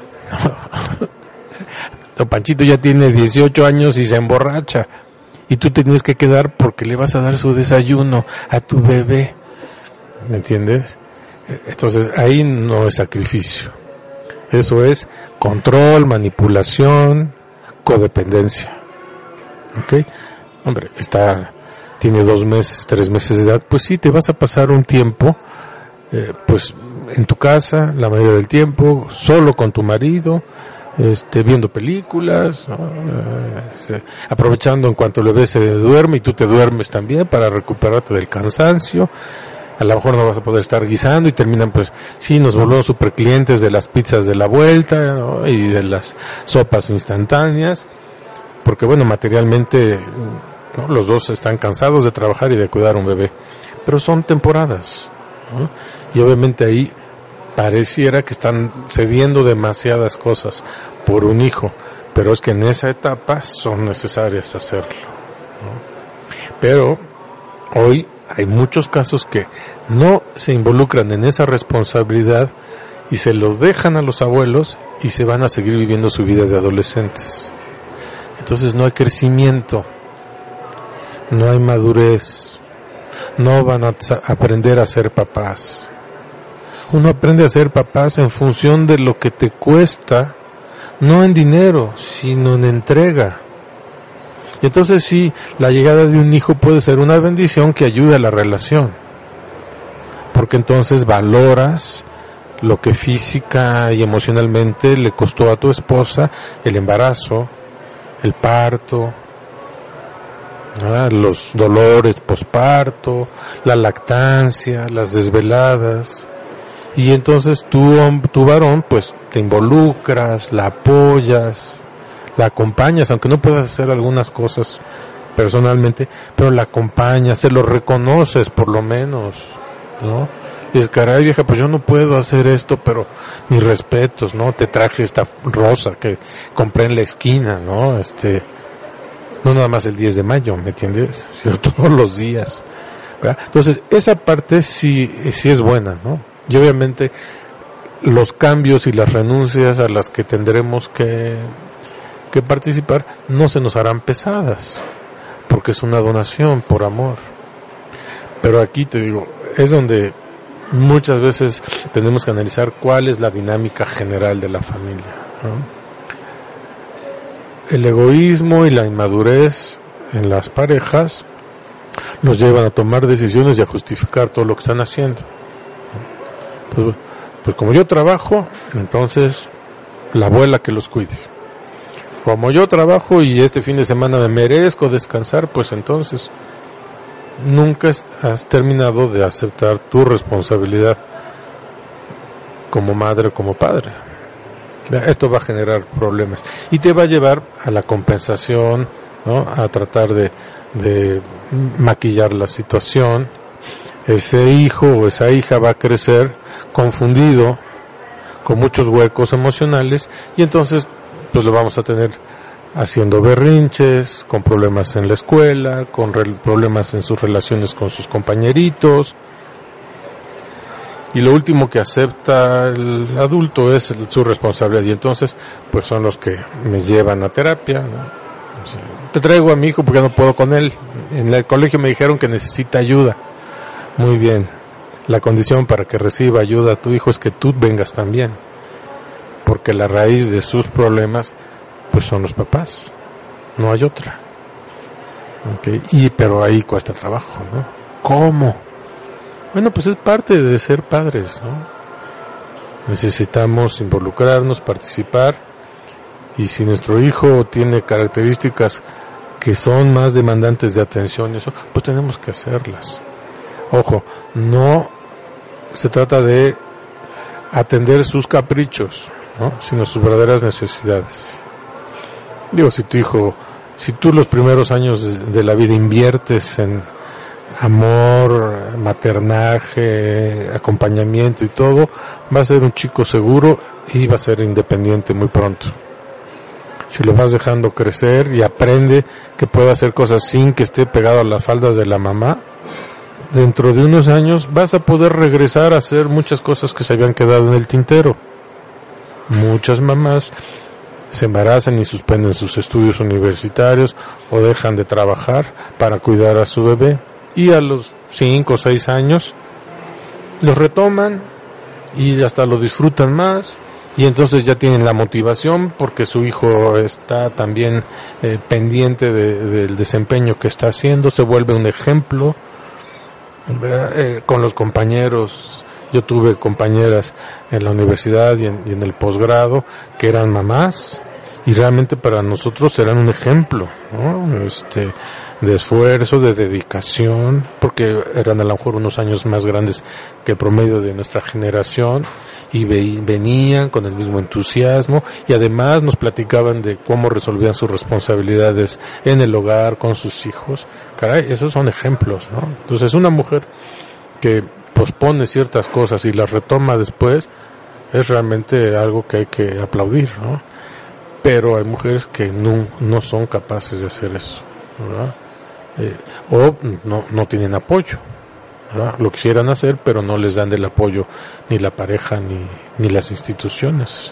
Speaker 5: Panchito ya tiene 18 años y se emborracha. Y tú te tienes que quedar porque le vas a dar su desayuno a tu bebé. ¿Me entiendes? Entonces, ahí no es sacrificio. Eso es control, manipulación, codependencia. ¿Ok? Hombre, tiene 2 meses, 3 meses de edad, pues sí, te vas a pasar un tiempo pues en tu casa, la mayoría del tiempo, solo con tu marido, viendo películas, ¿no? Aprovechando en cuanto el bebé se duerme y tú te duermes también para recuperarte del cansancio. A lo mejor no vas a poder estar guisando y terminan pues, sí, nos volvemos super clientes de las pizzas de la vuelta, ¿no? Y de las sopas instantáneas, porque bueno, materialmente, ¿no? Los dos están cansados de trabajar y de cuidar a un bebé, pero son temporadas, ¿no? Y obviamente ahí pareciera que están cediendo demasiadas cosas por un hijo, pero es que en esa etapa son necesarias hacerlo, ¿no? Pero hoy hay muchos casos que no se involucran en esa responsabilidad y se lo dejan a los abuelos y se van a seguir viviendo su vida de adolescentes. Entonces no hay crecimiento, no hay madurez, no van a aprender a ser papás. Uno aprende a ser papás en función de lo que te cuesta, no en dinero, sino en entrega. Y entonces sí, la llegada de un hijo puede ser una bendición que ayude a la relación, porque entonces valoras lo que física y emocionalmente le costó a tu esposa el embarazo, el parto, los dolores posparto, la lactancia, las desveladas. Y entonces tú varón, pues te involucras, la apoyas, la acompañas, aunque no puedas hacer algunas cosas personalmente, pero la acompañas, se lo reconoces por lo menos, ¿no? Y es, caray vieja, pues yo no puedo hacer esto, pero mis respetos, ¿no? Te traje esta rosa que compré en la esquina, ¿no? No nada más el 10 de mayo, ¿me entiendes? Sino todos los días, ¿verdad? Entonces, esa parte sí es buena, ¿no? Y obviamente los cambios y las renuncias a las que tendremos que participar no se nos harán pesadas, porque es una donación por amor. Pero aquí te digo, es donde muchas veces tenemos que analizar cuál es la dinámica general de la familia, ¿no? El egoísmo y la inmadurez en las parejas nos llevan a tomar decisiones y a justificar todo lo que están haciendo. Pues como yo trabajo, entonces la abuela que los cuide. Como yo trabajo y este fin de semana me merezco descansar, pues entonces nunca has terminado de aceptar tu responsabilidad como madre o como padre. Esto va a generar problemas y te va a llevar a la compensación, ¿no? A tratar de maquillar la situación. Ese hijo o esa hija va a crecer confundido, con muchos huecos emocionales, y entonces pues lo vamos a tener haciendo berrinches, con problemas en la escuela, con problemas en sus relaciones con sus compañeritos. Y lo último que acepta el adulto es su responsabilidad, y entonces pues son los que me llevan a terapia, ¿no? O sea, te traigo a mi hijo porque no puedo con él. En el colegio me dijeron que necesita ayuda. Muy bien. La condición para que reciba ayuda a tu hijo es que tú vengas también, porque la raíz de sus problemas pues son los papás, no hay otra. Okay. Pero ahí cuesta trabajo, ¿no? ¿Cómo? Bueno, pues es parte de ser padres, ¿no? Necesitamos involucrarnos, participar, y si nuestro hijo tiene características que son más demandantes de atención y eso, pues tenemos que hacerlas. Ojo, no se trata de atender sus caprichos, ¿no? Sino sus verdaderas necesidades. Digo, si tú los primeros años de la vida inviertes en amor, maternaje, acompañamiento y todo, va a ser un chico seguro y va a ser independiente muy pronto. Si lo vas dejando crecer y aprende que puede hacer cosas sin que esté pegado a las faldas de la mamá, dentro de unos años vas a poder regresar a hacer muchas cosas que se habían quedado en el tintero. Muchas mamás se embarazan y suspenden sus estudios universitarios o dejan de trabajar para cuidar a su bebé, y a los 5 o 6 años los retoman y hasta lo disfrutan más, y entonces ya tienen la motivación porque su hijo está también pendiente del desempeño que está haciendo, se vuelve un ejemplo con los compañeros. Yo tuve compañeras en la universidad y en el posgrado que eran mamás, y realmente para nosotros eran un ejemplo, ¿no? De esfuerzo, de dedicación, porque eran a lo mejor unos años más grandes que el promedio de nuestra generación, y venían con el mismo entusiasmo, y además nos platicaban de cómo resolvían sus responsabilidades en el hogar con sus hijos. Caray, esos son ejemplos, ¿no? Entonces una mujer que pospone ciertas cosas y las retoma después es realmente algo que hay que aplaudir, ¿no? Pero hay mujeres que no son capaces de hacer eso, ¿verdad? O no tienen apoyo, ¿verdad? Lo quisieran hacer, pero no les dan del apoyo ni la pareja ni las instituciones.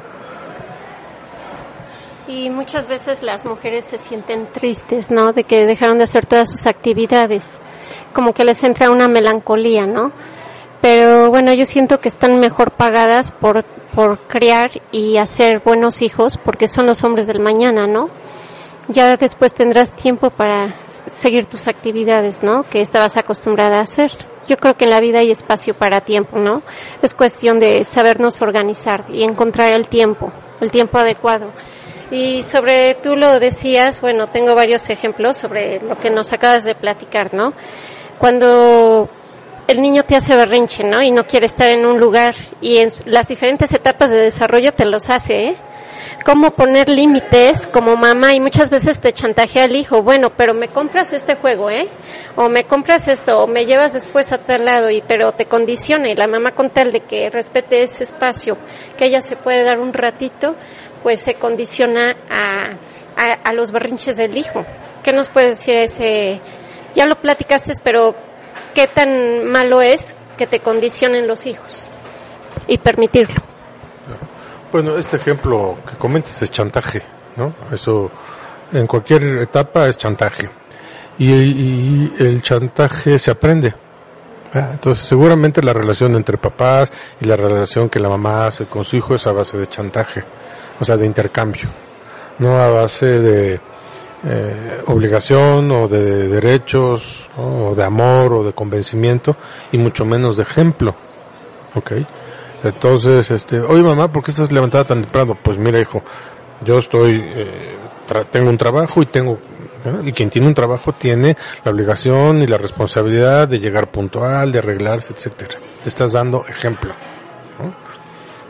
Speaker 4: Y muchas veces las mujeres se sienten tristes, ¿no? De que dejaron de hacer todas sus actividades, como que les entra una melancolía, ¿no? Pero bueno, yo siento que están mejor pagadas por criar y hacer buenos hijos, porque son los hombres del mañana, ¿no? Ya después tendrás tiempo para seguir tus actividades, ¿no? Que estabas acostumbrada a hacer. Yo creo que en la vida hay espacio para tiempo, ¿no? Es cuestión de sabernos organizar y encontrar el tiempo adecuado. Y tú lo decías, bueno, tengo varios ejemplos sobre lo que nos acabas de platicar, ¿no? Cuando el niño te hace berrinche, ¿no? Y no quiere estar en un lugar, y en las diferentes etapas de desarrollo te los hace, ¿eh? Cómo poner límites como mamá, y muchas veces te chantajea el hijo, bueno, pero me compras este juego, o me compras esto, o me llevas después a tal lado, pero te condiciona, y la mamá, con tal de que respete ese espacio que ella se puede dar un ratito, pues se condiciona a los berrinches del hijo. ¿Qué nos puedes decir ese? Ya lo platicaste, pero ¿qué tan malo es que te condicionen los hijos y permitirlo?
Speaker 5: Bueno, este ejemplo que comentas es chantaje, ¿no? Eso en cualquier etapa es chantaje. Y el chantaje se aprende. Entonces seguramente la relación entre papás y la relación que la mamá hace con su hijo es a base de chantaje, o sea, de intercambio, no a base de obligación o de derechos, ¿no? O de amor o de convencimiento, y mucho menos de ejemplo. ¿Okay? Entonces, oye mamá, ¿por qué estás levantada tan temprano? Pues mira, hijo, yo tengo un trabajo y quien tiene un trabajo tiene la obligación y la responsabilidad de llegar puntual, de arreglarse, etcétera. Te estás dando ejemplo, ¿no?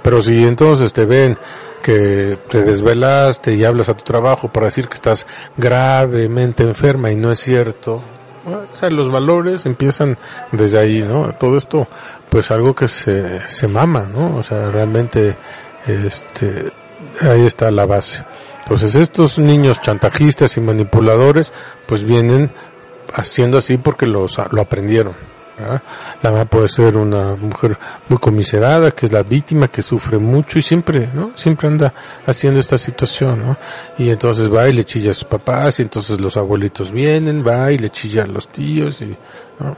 Speaker 5: Pero si entonces te ven que te desvelaste y hablas a tu trabajo para decir que estás gravemente enferma y no es cierto, o sea, los valores empiezan desde ahí, ¿no? Todo esto, pues algo que se mama, ¿no? O sea, realmente, ahí está la base. Entonces estos niños chantajistas y manipuladores, pues vienen haciendo así porque lo aprendieron, ¿verdad? La mamá puede ser una mujer muy conmiserada, que es la víctima, que sufre mucho y siempre, ¿no? Siempre anda haciendo esta situación, ¿no? Y entonces va y le chilla a sus papás, y entonces los abuelitos vienen, va y le chilla a los tíos, y, ¿no?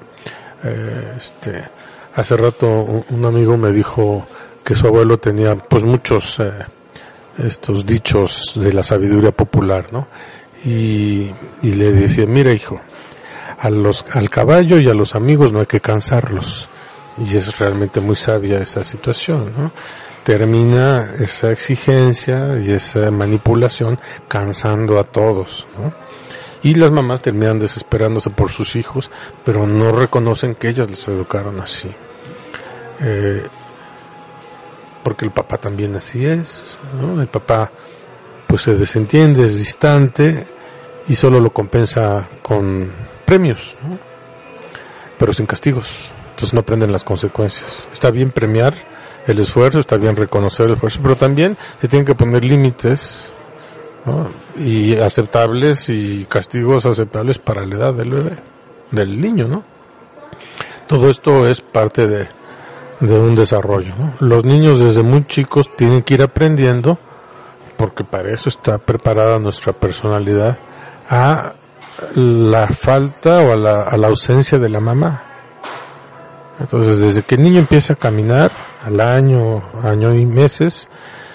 Speaker 5: Hace rato un amigo me dijo que su abuelo tenía, pues, muchos, estos dichos de la sabiduría popular, ¿no? Y le decía, mira, hijo, al caballo y a los amigos no hay que cansarlos. Y es realmente muy sabia esa situación, ¿no? Termina esa exigencia y esa manipulación cansando a todos, ¿no? Y las mamás terminan desesperándose por sus hijos, pero no reconocen que ellas les educaron así. Porque el papá también así es, ¿no? El papá pues se desentiende, es distante y solo lo compensa con premios, ¿no? Pero sin castigos. Entonces no aprenden las consecuencias. Está bien premiar el esfuerzo, está bien reconocer el esfuerzo, pero también se tienen que poner límites, ¿no? Y aceptables y castigos aceptables para la edad del bebé, del niño, ¿no? Todo esto es parte de un desarrollo, ¿no? Los niños desde muy chicos tienen que ir aprendiendo, porque para eso está preparada nuestra personalidad, a la falta o a la ausencia de la mamá. Entonces, desde que el niño empieza a caminar, al año y meses,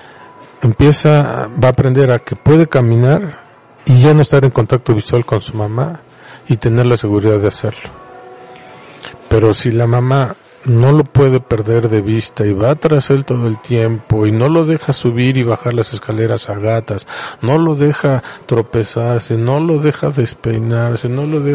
Speaker 5: va a aprender a que puede caminar y ya no estar en contacto visual con su mamá y tener la seguridad de hacerlo. Pero si la mamá no lo puede perder de vista y va tras él todo el tiempo y no lo deja subir y bajar las escaleras a gatas, no lo deja tropezarse, no lo deja despeinarse,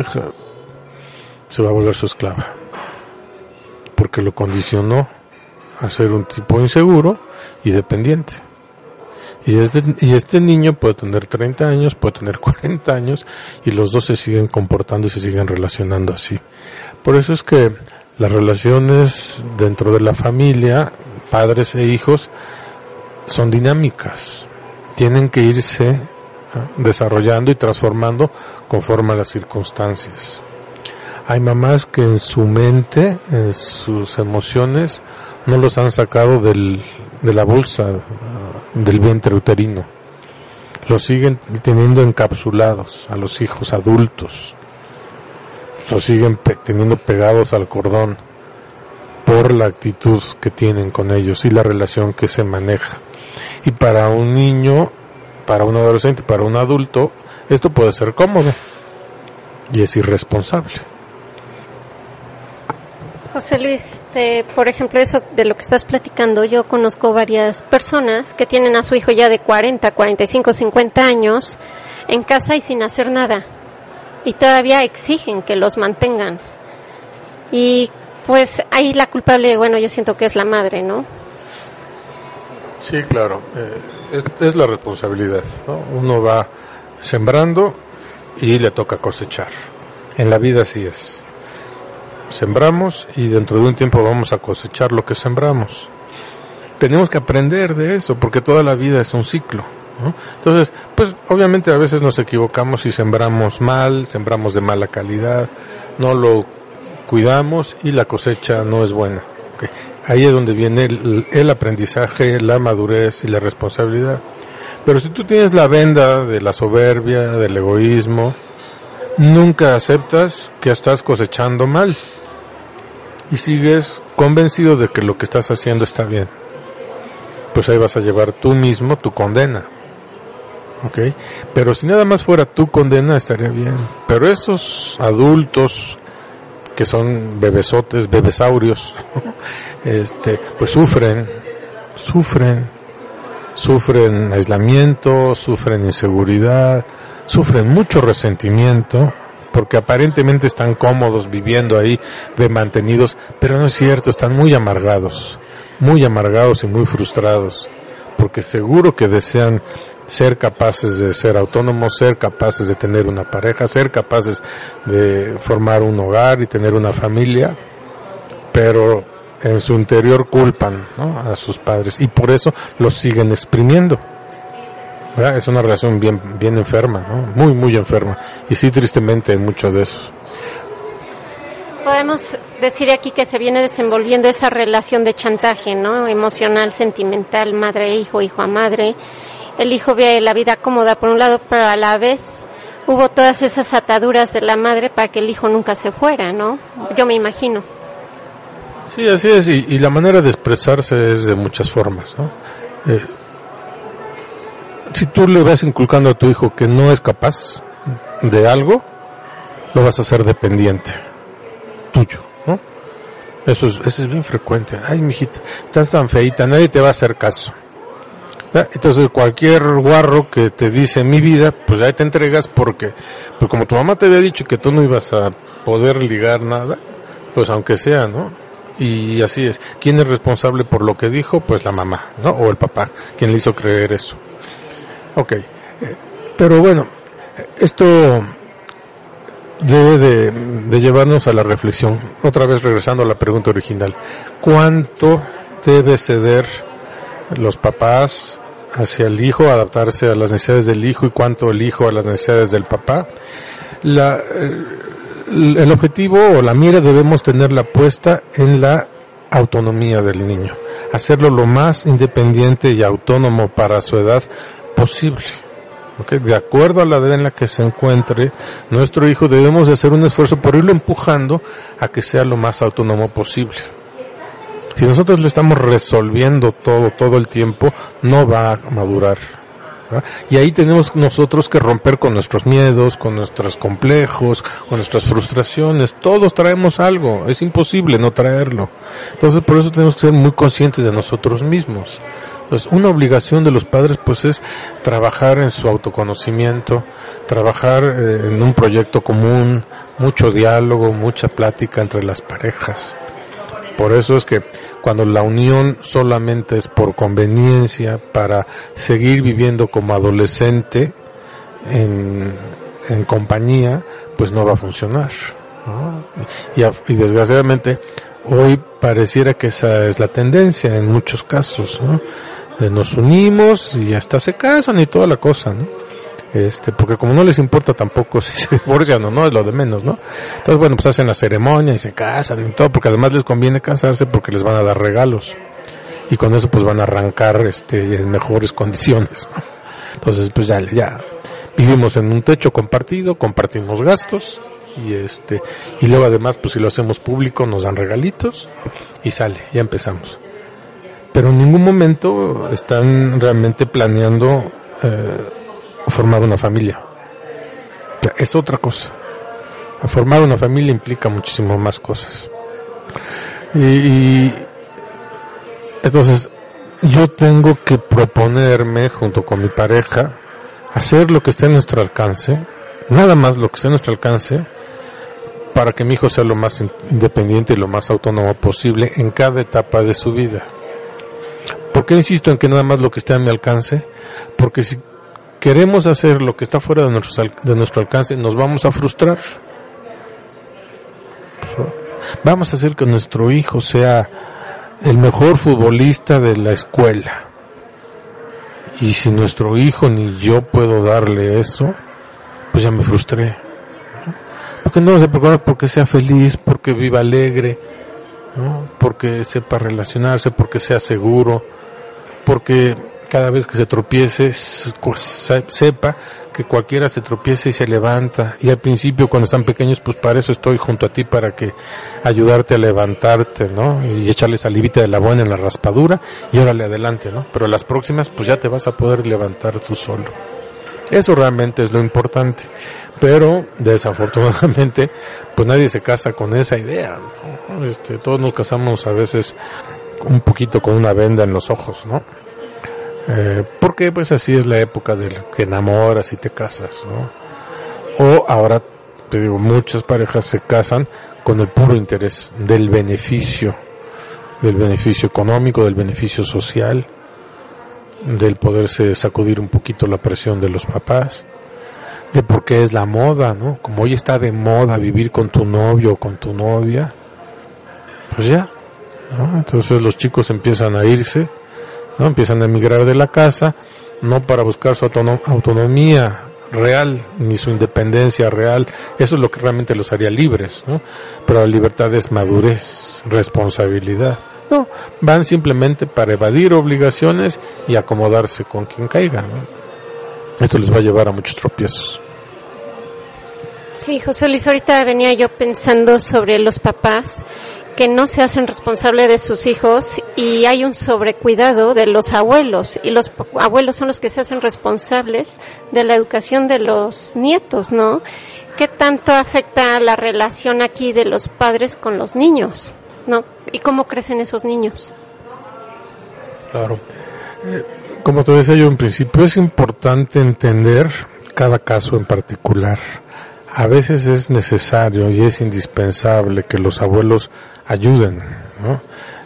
Speaker 5: se va a volver su esclava, porque lo condicionó a ser un tipo inseguro y dependiente. Y este niño puede tener 30 años, puede tener 40 años y los dos se siguen comportando y se siguen relacionando así. Por eso es que las relaciones dentro de la familia, padres e hijos, son dinámicas. Tienen que irse desarrollando y transformando conforme a las circunstancias. Hay mamás que en su mente, en sus emociones, no los han sacado de la bolsa del vientre uterino. Los siguen teniendo encapsulados a los hijos adultos. Los siguen teniendo pegados al cordón por la actitud que tienen con ellos y la relación que se maneja. Y para un niño, para un adolescente, para un adulto, esto puede ser cómodo y es irresponsable.
Speaker 4: José Luis, por ejemplo, eso de lo que estás platicando, yo conozco varias personas que tienen a su hijo ya de 40, 45, 50 años en casa y sin hacer nada. Y todavía exigen que los mantengan. Y pues ahí la culpable, bueno, yo siento que es la madre, ¿no?
Speaker 5: Sí, claro. Es la responsabilidad, ¿no? Uno va sembrando y le toca cosechar. En la vida así es. Sembramos y dentro de un tiempo vamos a cosechar lo que sembramos. Tenemos que aprender de eso porque toda la vida es un ciclo, ¿no? Entonces, pues obviamente a veces nos equivocamos y sembramos mal, sembramos de mala calidad, no lo cuidamos y la cosecha no es buena. Okay. Ahí es donde viene el aprendizaje, la madurez y la responsabilidad. Pero si tú tienes la venda de la soberbia, del egoísmo, nunca aceptas que estás cosechando mal y sigues convencido de que lo que estás haciendo está bien. Pues ahí vas a llevar tú mismo tu condena. ¿Ok? Pero si nada más fuera tu condena estaría bien. Pero esos adultos que son bebesotes, bebesaurios, pues sufren aislamiento, sufren inseguridad, sufren mucho resentimiento, porque aparentemente están cómodos viviendo ahí de mantenidos, pero no es cierto, están muy amargados muy amargados y muy frustrados, porque seguro que desean ser capaces de ser autónomos, ser capaces de tener una pareja, ser capaces de formar un hogar y tener una familia, pero en su interior culpan, ¿no?, a sus padres, y por eso los siguen exprimiendo, ¿verdad? Es una relación bien enferma, ¿no? Muy enferma, y sí, tristemente hay muchos de esos.
Speaker 4: Podemos decir aquí que se viene desenvolviendo esa relación de chantaje, ¿no?, emocional, sentimental, madre a hijo, hijo a madre. El hijo ve la vida cómoda por un lado, pero a la vez hubo todas esas ataduras de la madre para que el hijo nunca se fuera, ¿no? Yo me imagino.
Speaker 5: Sí, así es, y la manera de expresarse es de muchas formas, ¿no? Si tú le vas inculcando a tu hijo que no es capaz de algo, lo vas a hacer dependiente tuyo, ¿no? Eso es bien frecuente. Ay, mijita, estás tan feita, nadie te va a hacer caso. Entonces cualquier guarro que te dice mi vida, pues ahí te entregas porque como tu mamá te había dicho que tú no ibas a poder ligar nada, pues aunque sea, ¿no? Y así es. ¿Quién es responsable por lo que dijo? Pues la mamá, ¿no? O el papá, quien le hizo creer eso. Okay. Pero bueno, esto debe de llevarnos a la reflexión. Otra vez regresando a la pregunta original. ¿Cuánto debe ceder los papás hacia el hijo, adaptarse a las necesidades del hijo, y cuánto el hijo a las necesidades del papá? El objetivo o la mira debemos tenerla puesta en la autonomía del niño, hacerlo lo más independiente y autónomo para su edad posible. ¿Okay? De acuerdo a la edad en la que se encuentre nuestro hijo, debemos de hacer un esfuerzo por irlo empujando a que sea lo más autónomo posible. Si nosotros le estamos resolviendo todo el tiempo, no va a madurar, ¿verdad? Y ahí tenemos nosotros que romper con nuestros miedos, con nuestros complejos, con nuestras frustraciones. Todos traemos algo, es imposible no traerlo. Entonces, por eso tenemos que ser muy conscientes de nosotros mismos. Entonces, una obligación de los padres, pues, es trabajar en su autoconocimiento, trabajar en un proyecto común, mucho diálogo, mucha plática entre las parejas. Por eso es que cuando la unión solamente es por conveniencia, para seguir viviendo como adolescente en compañía, pues no va a funcionar, ¿no? Y desgraciadamente hoy pareciera que esa es la tendencia en muchos casos, ¿no? Nos unimos y hasta se casan y toda la cosa, ¿no? Porque como no les importa tampoco si se divorcian o no, es lo de menos, ¿no? Entonces, bueno, pues hacen la ceremonia y se casan y todo, porque además les conviene casarse porque les van a dar regalos. Y con eso pues van a arrancar, en mejores condiciones, ¿no? Entonces, pues ya vivimos en un techo compartido, compartimos gastos, y luego además, pues si lo hacemos público, nos dan regalitos, y sale, ya empezamos. Pero en ningún momento están realmente planeando, formar una familia. Es otra cosa. Formar una familia implica muchísimo más cosas. Y entonces yo tengo que proponerme junto con mi pareja hacer lo que esté a nuestro alcance, nada más lo que esté a nuestro alcance, para que mi hijo sea lo más independiente y lo más autónomo posible en cada etapa de su vida. ¿Por qué insisto en que nada más lo que esté a mi alcance? Porque si queremos hacer lo que está fuera de nuestro alcance, nos vamos a frustrar. Vamos a hacer que nuestro hijo sea el mejor futbolista de la escuela. Y si nuestro hijo ni yo puedo darle eso, pues ya me frustré. Porque no se preocupa porque sea feliz, porque viva alegre, ¿no? Porque sepa relacionarse, porque sea seguro, porque cada vez que se tropiece, sepa que cualquiera se tropiece y se levanta. Y al principio, cuando están pequeños, pues para eso estoy junto a ti, para que ayudarte a levantarte, ¿no? Y echarle salivita de la buena en la raspadura y órale adelante, ¿no? Pero las próximas, pues ya te vas a poder levantar tú solo. Eso realmente es lo importante. Pero, desafortunadamente, pues nadie se casa con esa idea, ¿no? Todos nos casamos a veces un poquito con una venda en los ojos, ¿no? Porque pues así es la época de que te enamoras y te casas, ¿no? O ahora, te digo, muchas parejas se casan con el puro interés del beneficio del beneficio económico, del beneficio social, del poderse sacudir un poquito la presión de los papás, de por qué es la moda, ¿no? Como hoy está de moda vivir con tu novio o con tu novia, pues ya, ¿no? Entonces los chicos empiezan a irse, ¿no? Empiezan a emigrar de la casa, no para buscar su autonomía real, ni su independencia real, eso es lo que realmente los haría libres, ¿no? Pero la libertad es madurez, responsabilidad. No, van simplemente para evadir obligaciones y acomodarse con quien caiga, ¿no? Esto les va a llevar a muchos tropiezos.
Speaker 4: Sí, José Luis, ahorita venía yo pensando sobre los papás que no se hacen responsables de sus hijos y hay un sobrecuidado de los abuelos, y los abuelos son los que se hacen responsables de la educación de los nietos, ¿no? ¿Qué tanto afecta la relación aquí de los padres con los niños, ¿no? ¿Y cómo crecen esos niños?
Speaker 5: Claro. Como te decía yo en principio, es importante entender cada caso en particular. A veces es necesario y es indispensable que los abuelos ayuden, ¿no?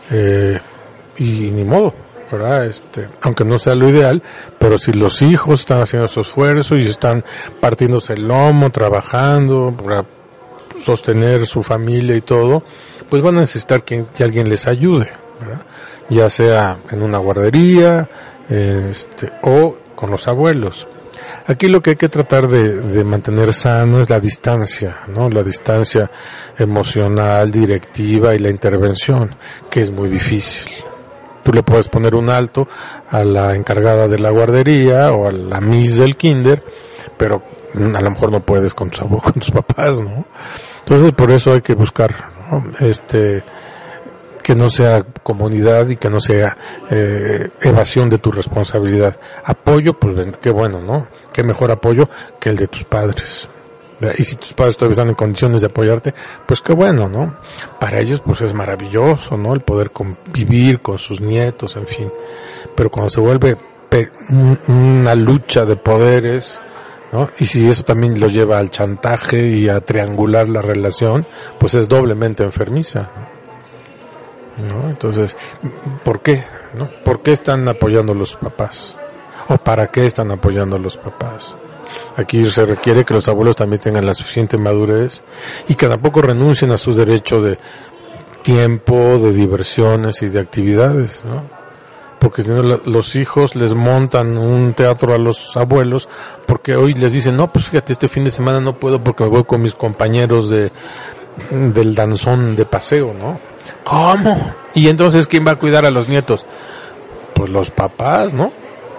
Speaker 5: Y ni modo, ¿verdad? Aunque no sea lo ideal, pero si los hijos están haciendo su esfuerzo y están partiéndose el lomo, trabajando para sostener su familia y todo, pues van a necesitar que alguien les ayude, ¿verdad? Ya sea en una guardería, o con los abuelos. Aquí lo que hay que tratar de mantener sano es la distancia, ¿no? La distancia emocional, directiva y la intervención, que es muy difícil. Tú le puedes poner un alto a la encargada de la guardería o a la miss del kinder, pero a lo mejor no puedes con tus papás, ¿no? Entonces por eso hay que buscar, ¿no? Que no sea comunidad y que no sea evasión de tu responsabilidad. Apoyo, pues qué bueno, ¿no? Qué mejor apoyo que el de tus padres. Y si tus padres todavía están en condiciones de apoyarte, pues qué bueno, ¿no? Para ellos pues es maravilloso, ¿no? El poder convivir con sus nietos, en fin. Pero cuando se vuelve una lucha de poderes, ¿no? Y si eso también lo lleva al chantaje y a triangular la relación, pues es doblemente enfermiza, ¿no? Entonces, ¿por qué? ¿No? ¿Por qué están apoyando los papás? ¿O para qué están apoyando los papás? Aquí se requiere que los abuelos también tengan la suficiente madurez y que tampoco renuncien a su derecho de tiempo, de diversiones y de actividades, ¿no? Porque si no, los hijos les montan un teatro a los abuelos porque hoy les dicen, no, pues fíjate, este fin de semana no puedo porque me voy con mis compañeros del danzón de paseo, ¿no? ¿Cómo? Y entonces, ¿quién va a cuidar a los nietos? Pues los papás, ¿no?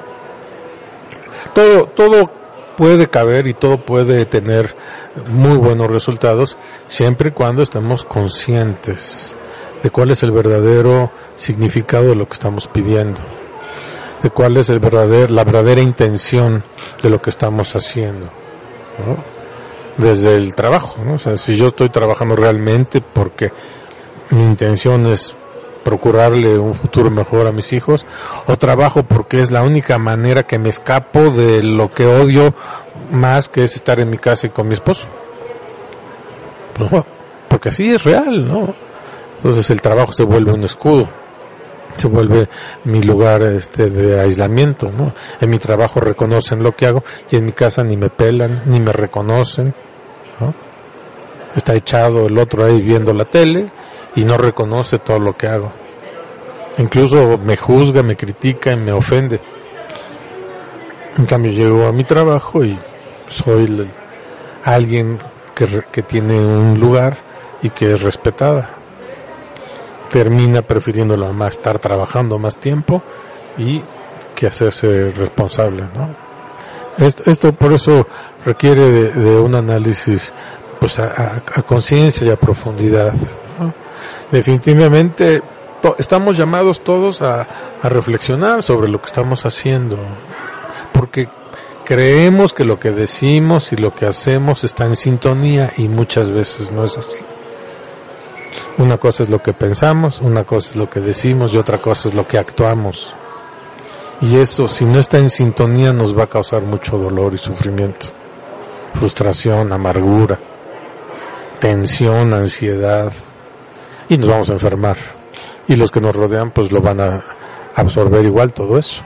Speaker 5: Todo puede caber y todo puede tener muy buenos resultados siempre y cuando estemos conscientes de cuál es el verdadero significado de lo que estamos pidiendo, de cuál es la verdadera intención de lo que estamos haciendo, ¿no? Desde el trabajo, ¿no? O sea, si yo estoy trabajando realmente porque mi intención es procurarle un futuro mejor a mis hijos, o trabajo porque es la única manera que me escapo de lo que odio más, que es estar en mi casa y con mi esposo. No, porque así es real, ¿no? Entonces el trabajo se vuelve un escudo, se vuelve mi lugar de aislamiento, ¿no? En mi trabajo reconocen lo que hago y en mi casa ni me pelan, ni me reconocen, ¿no? Está echado el otro ahí viendo la tele y no reconoce todo lo que hago. Incluso me juzga, me critica y me ofende. En cambio llego a mi trabajo y soy alguien que tiene un lugar y que es respetada. Termina prefiriendo más estar trabajando más tiempo y que hacerse responsable, ¿no? Esto por eso requiere de un análisis pues a conciencia y a profundidad, ¿no? Definitivamente estamos llamados todos a reflexionar sobre lo que estamos haciendo, porque creemos que lo que decimos y lo que hacemos está en sintonía y muchas veces no es así. Una cosa es lo que pensamos, una cosa es lo que decimos y otra cosa es lo que actuamos. Y eso, si no está en sintonía, nos va a causar mucho dolor y sufrimiento, frustración, amargura, tensión, ansiedad, y nos vamos a enfermar. y los que nos rodean pues lo van a absorber igual todo eso.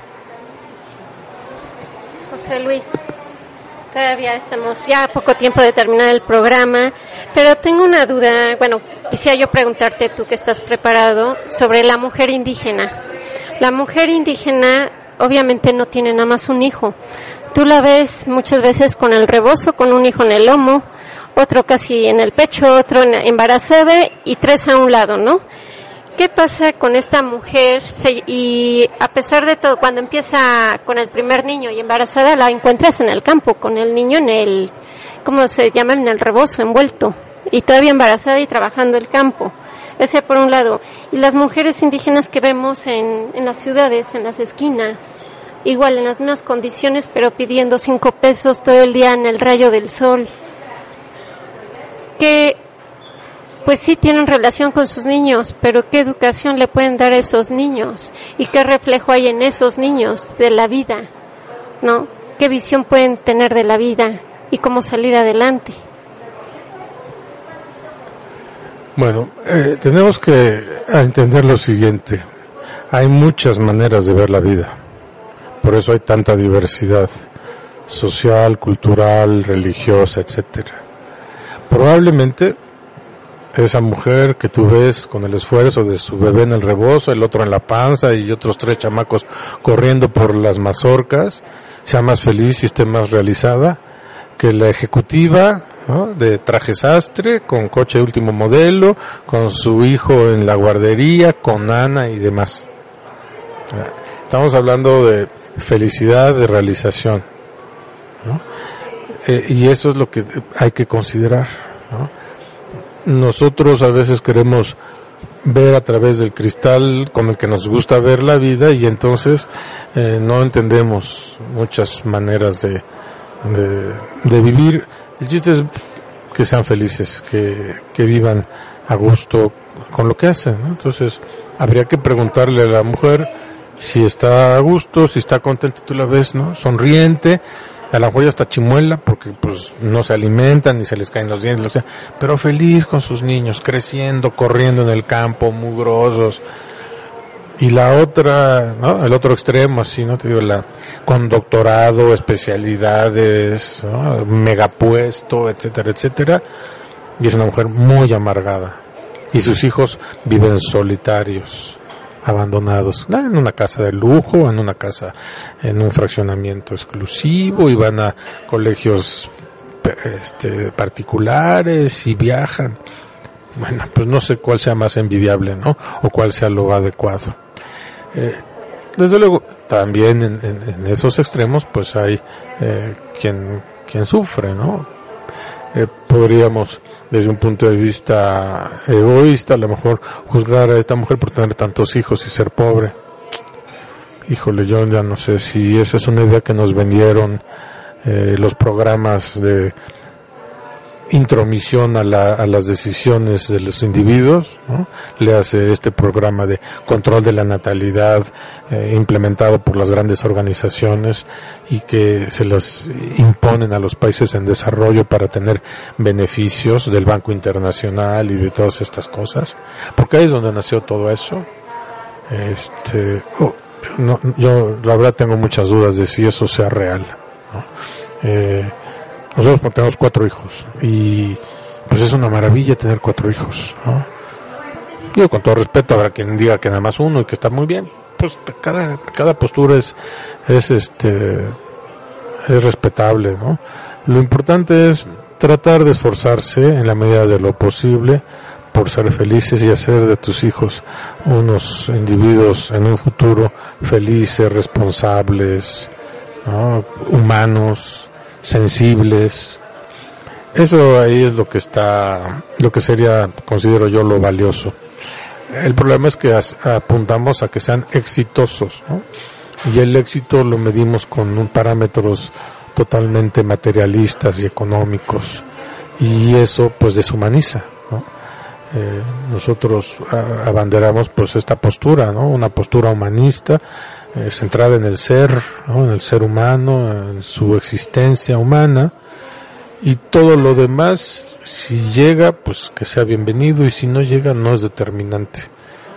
Speaker 4: José Luis, todavía estamos ya a poco tiempo de terminar el programa, pero tengo una duda. Bueno, quisiera yo preguntarte, tú que estás preparado, sobre la mujer indígena. La mujer indígena obviamente no tiene nada más un hijo. Tú la ves muchas veces con el rebozo, con un hijo en el lomo, otro casi en el pecho, otro embarazada y 3 a un lado, ¿no? ¿Qué pasa con esta mujer? Y a pesar de todo, cuando empieza con el primer niño y embarazada, la encuentras en el campo, con el niño en el, ¿cómo se llama? En el rebozo, envuelto. Y todavía embarazada y trabajando el campo. Ese por un lado. Y las mujeres indígenas que vemos en las ciudades, en las esquinas, igual en las mismas condiciones, pero pidiendo 5 pesos todo el día en el rayo del sol. Que pues sí tienen relación con sus niños, pero ¿qué educación le pueden dar a esos niños? ¿Y qué reflejo hay en esos niños de la vida? ¿No? ¿Qué visión pueden tener de la vida? ¿Y cómo salir adelante?
Speaker 5: Bueno, tenemos que entender lo siguiente. Hay muchas maneras de ver la vida. Por eso hay tanta diversidad social, cultural, religiosa, etcétera. Probablemente esa mujer que tú ves con el esfuerzo de su bebé en el rebozo, el otro en la panza y otros 3 chamacos corriendo por las mazorcas, sea más feliz y esté más realizada que la ejecutiva, ¿no?, de traje sastre, con coche de último modelo, con su hijo en la guardería, con Ana y demás. Estamos hablando de felicidad, de realización, ¿no? Y eso es lo que hay que considerar, ¿no? Nosotros a veces queremos ver a través del cristal con el que nos gusta ver la vida y entonces no entendemos muchas maneras de vivir. El chiste es que sean felices, que vivan a gusto con lo que hacen, ¿no? Entonces habría que preguntarle a la mujer si está a gusto, si está contenta. Tú la ves, ¿no?, sonriente. A lo mejor ya está chimuela porque pues no se alimentan ni se les caen los dientes, o sea, pero feliz con sus niños, creciendo, corriendo en el campo, mugrosos. Y la otra, ¿no?, el otro extremo, así, ¿no? Te digo, con doctorado, especialidades, ¿no?, megapuesto, etcétera, etcétera. Y es una mujer muy amargada. Y sus hijos viven solitarios, abandonados, en una casa de lujo, en una casa, en un fraccionamiento exclusivo, y van a colegios particulares y viajan. Bueno, pues no sé cuál sea más envidiable, ¿no?, o cuál sea lo adecuado. Desde luego, también en esos extremos, pues hay quien sufre, ¿no? Podríamos, desde un punto de vista egoísta, a lo mejor juzgar a esta mujer por tener tantos hijos y ser pobre. Híjole, yo ya no sé si esa es una idea que nos vendieron los programas de intromisión a las decisiones de los individuos, ¿no? Le hace este programa de control de la natalidad implementado por las grandes organizaciones y que se las imponen a los países en desarrollo para tener beneficios del Banco Internacional y de todas estas cosas, porque ahí es donde nació todo eso. Yo la verdad tengo muchas dudas de si eso sea real, ¿no? Nosotros tenemos 4 hijos y pues es una maravilla tener 4 hijos, ¿no? Yo, con todo respeto, habrá quien diga que nada más uno y que está muy bien. Pues cada postura es respetable, ¿no? Lo importante es tratar de esforzarse en la medida de lo posible por ser felices y hacer de tus hijos unos individuos en un futuro felices, responsables, ¿no?, humanos, sensibles. Eso ahí es lo que sería, considero yo, lo valioso. El problema es que apuntamos a que sean exitosos, ¿no? Y el éxito lo medimos con parámetros totalmente materialistas y económicos, y eso pues deshumaniza, ¿no? Nosotros abanderamos pues esta postura, ¿no?, una postura humanista, centrada en el ser, ¿no?, en el ser humano, en su existencia humana, y todo lo demás, si llega, pues que sea bienvenido, y si no llega, no es determinante.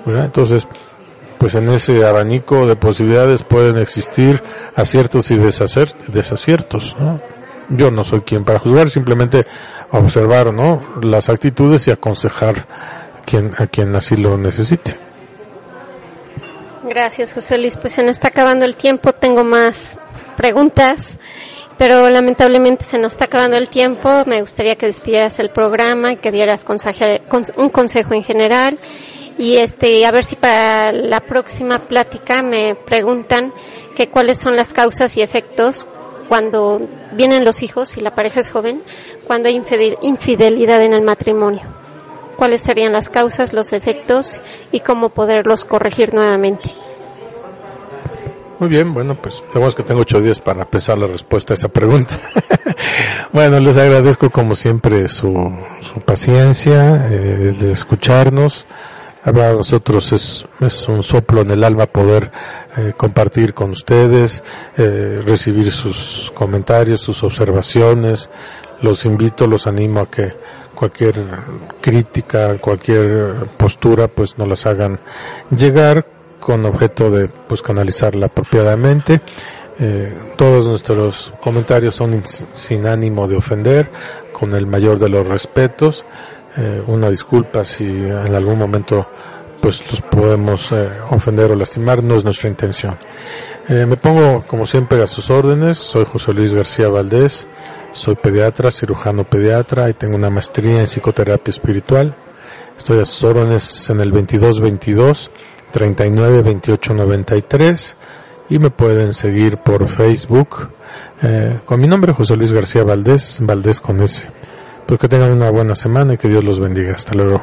Speaker 5: ¿verdad? Entonces, pues en ese abanico de posibilidades pueden existir aciertos y desaciertos, ¿no? Yo no soy quien para juzgar, simplemente observar, ¿no?, las actitudes y aconsejar a quien así lo necesite.
Speaker 4: Gracias, José Luis. Pues se nos está acabando el tiempo. Tengo más preguntas, pero lamentablemente se nos está acabando el tiempo. Me gustaría que despidieras el programa y que dieras un consejo en general. Y a ver si para la próxima plática me preguntan que cuáles son las causas y efectos cuando vienen los hijos y la pareja es joven, cuando hay infidelidad en el matrimonio. ¿Cuáles serían las causas, los efectos y cómo poderlos corregir nuevamente?
Speaker 5: Muy bien, bueno, pues digamos que tengo 8 días para pensar la respuesta a esa pregunta. Bueno, les agradezco como siempre su paciencia, de escucharnos. Para nosotros es un soplo en el alma poder compartir con ustedes, recibir sus comentarios, sus observaciones. Los animo a que cualquier crítica, cualquier postura, pues nos las hagan llegar con objeto de pues canalizarla apropiadamente. Todos nuestros comentarios son sin ánimo de ofender, con el mayor de los respetos. Una disculpa si en algún momento pues los podemos ofender o lastimar, no es nuestra intención. Me pongo como siempre a sus órdenes. Soy José Luis García Valdés, soy pediatra, cirujano pediatra y tengo una maestría en psicoterapia espiritual. Estoy a sus órdenes en el 2222 39 28 93 y me pueden seguir por Facebook con mi nombre, José Luis García Valdés, Valdés con S. Pues que tengan una buena semana y que Dios los bendiga. Hasta luego.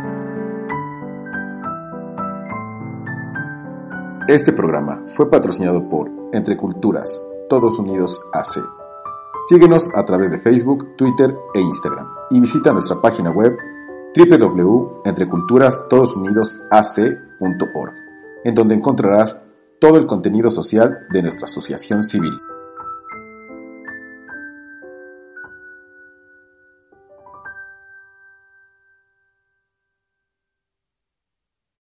Speaker 2: Este programa fue patrocinado por Entre Culturas, Todos Unidos AC. Síguenos a través de Facebook, Twitter e Instagram y visita nuestra página web www.entreculturastodosunidosAC.org, en donde encontrarás todo el contenido social de nuestra asociación civil.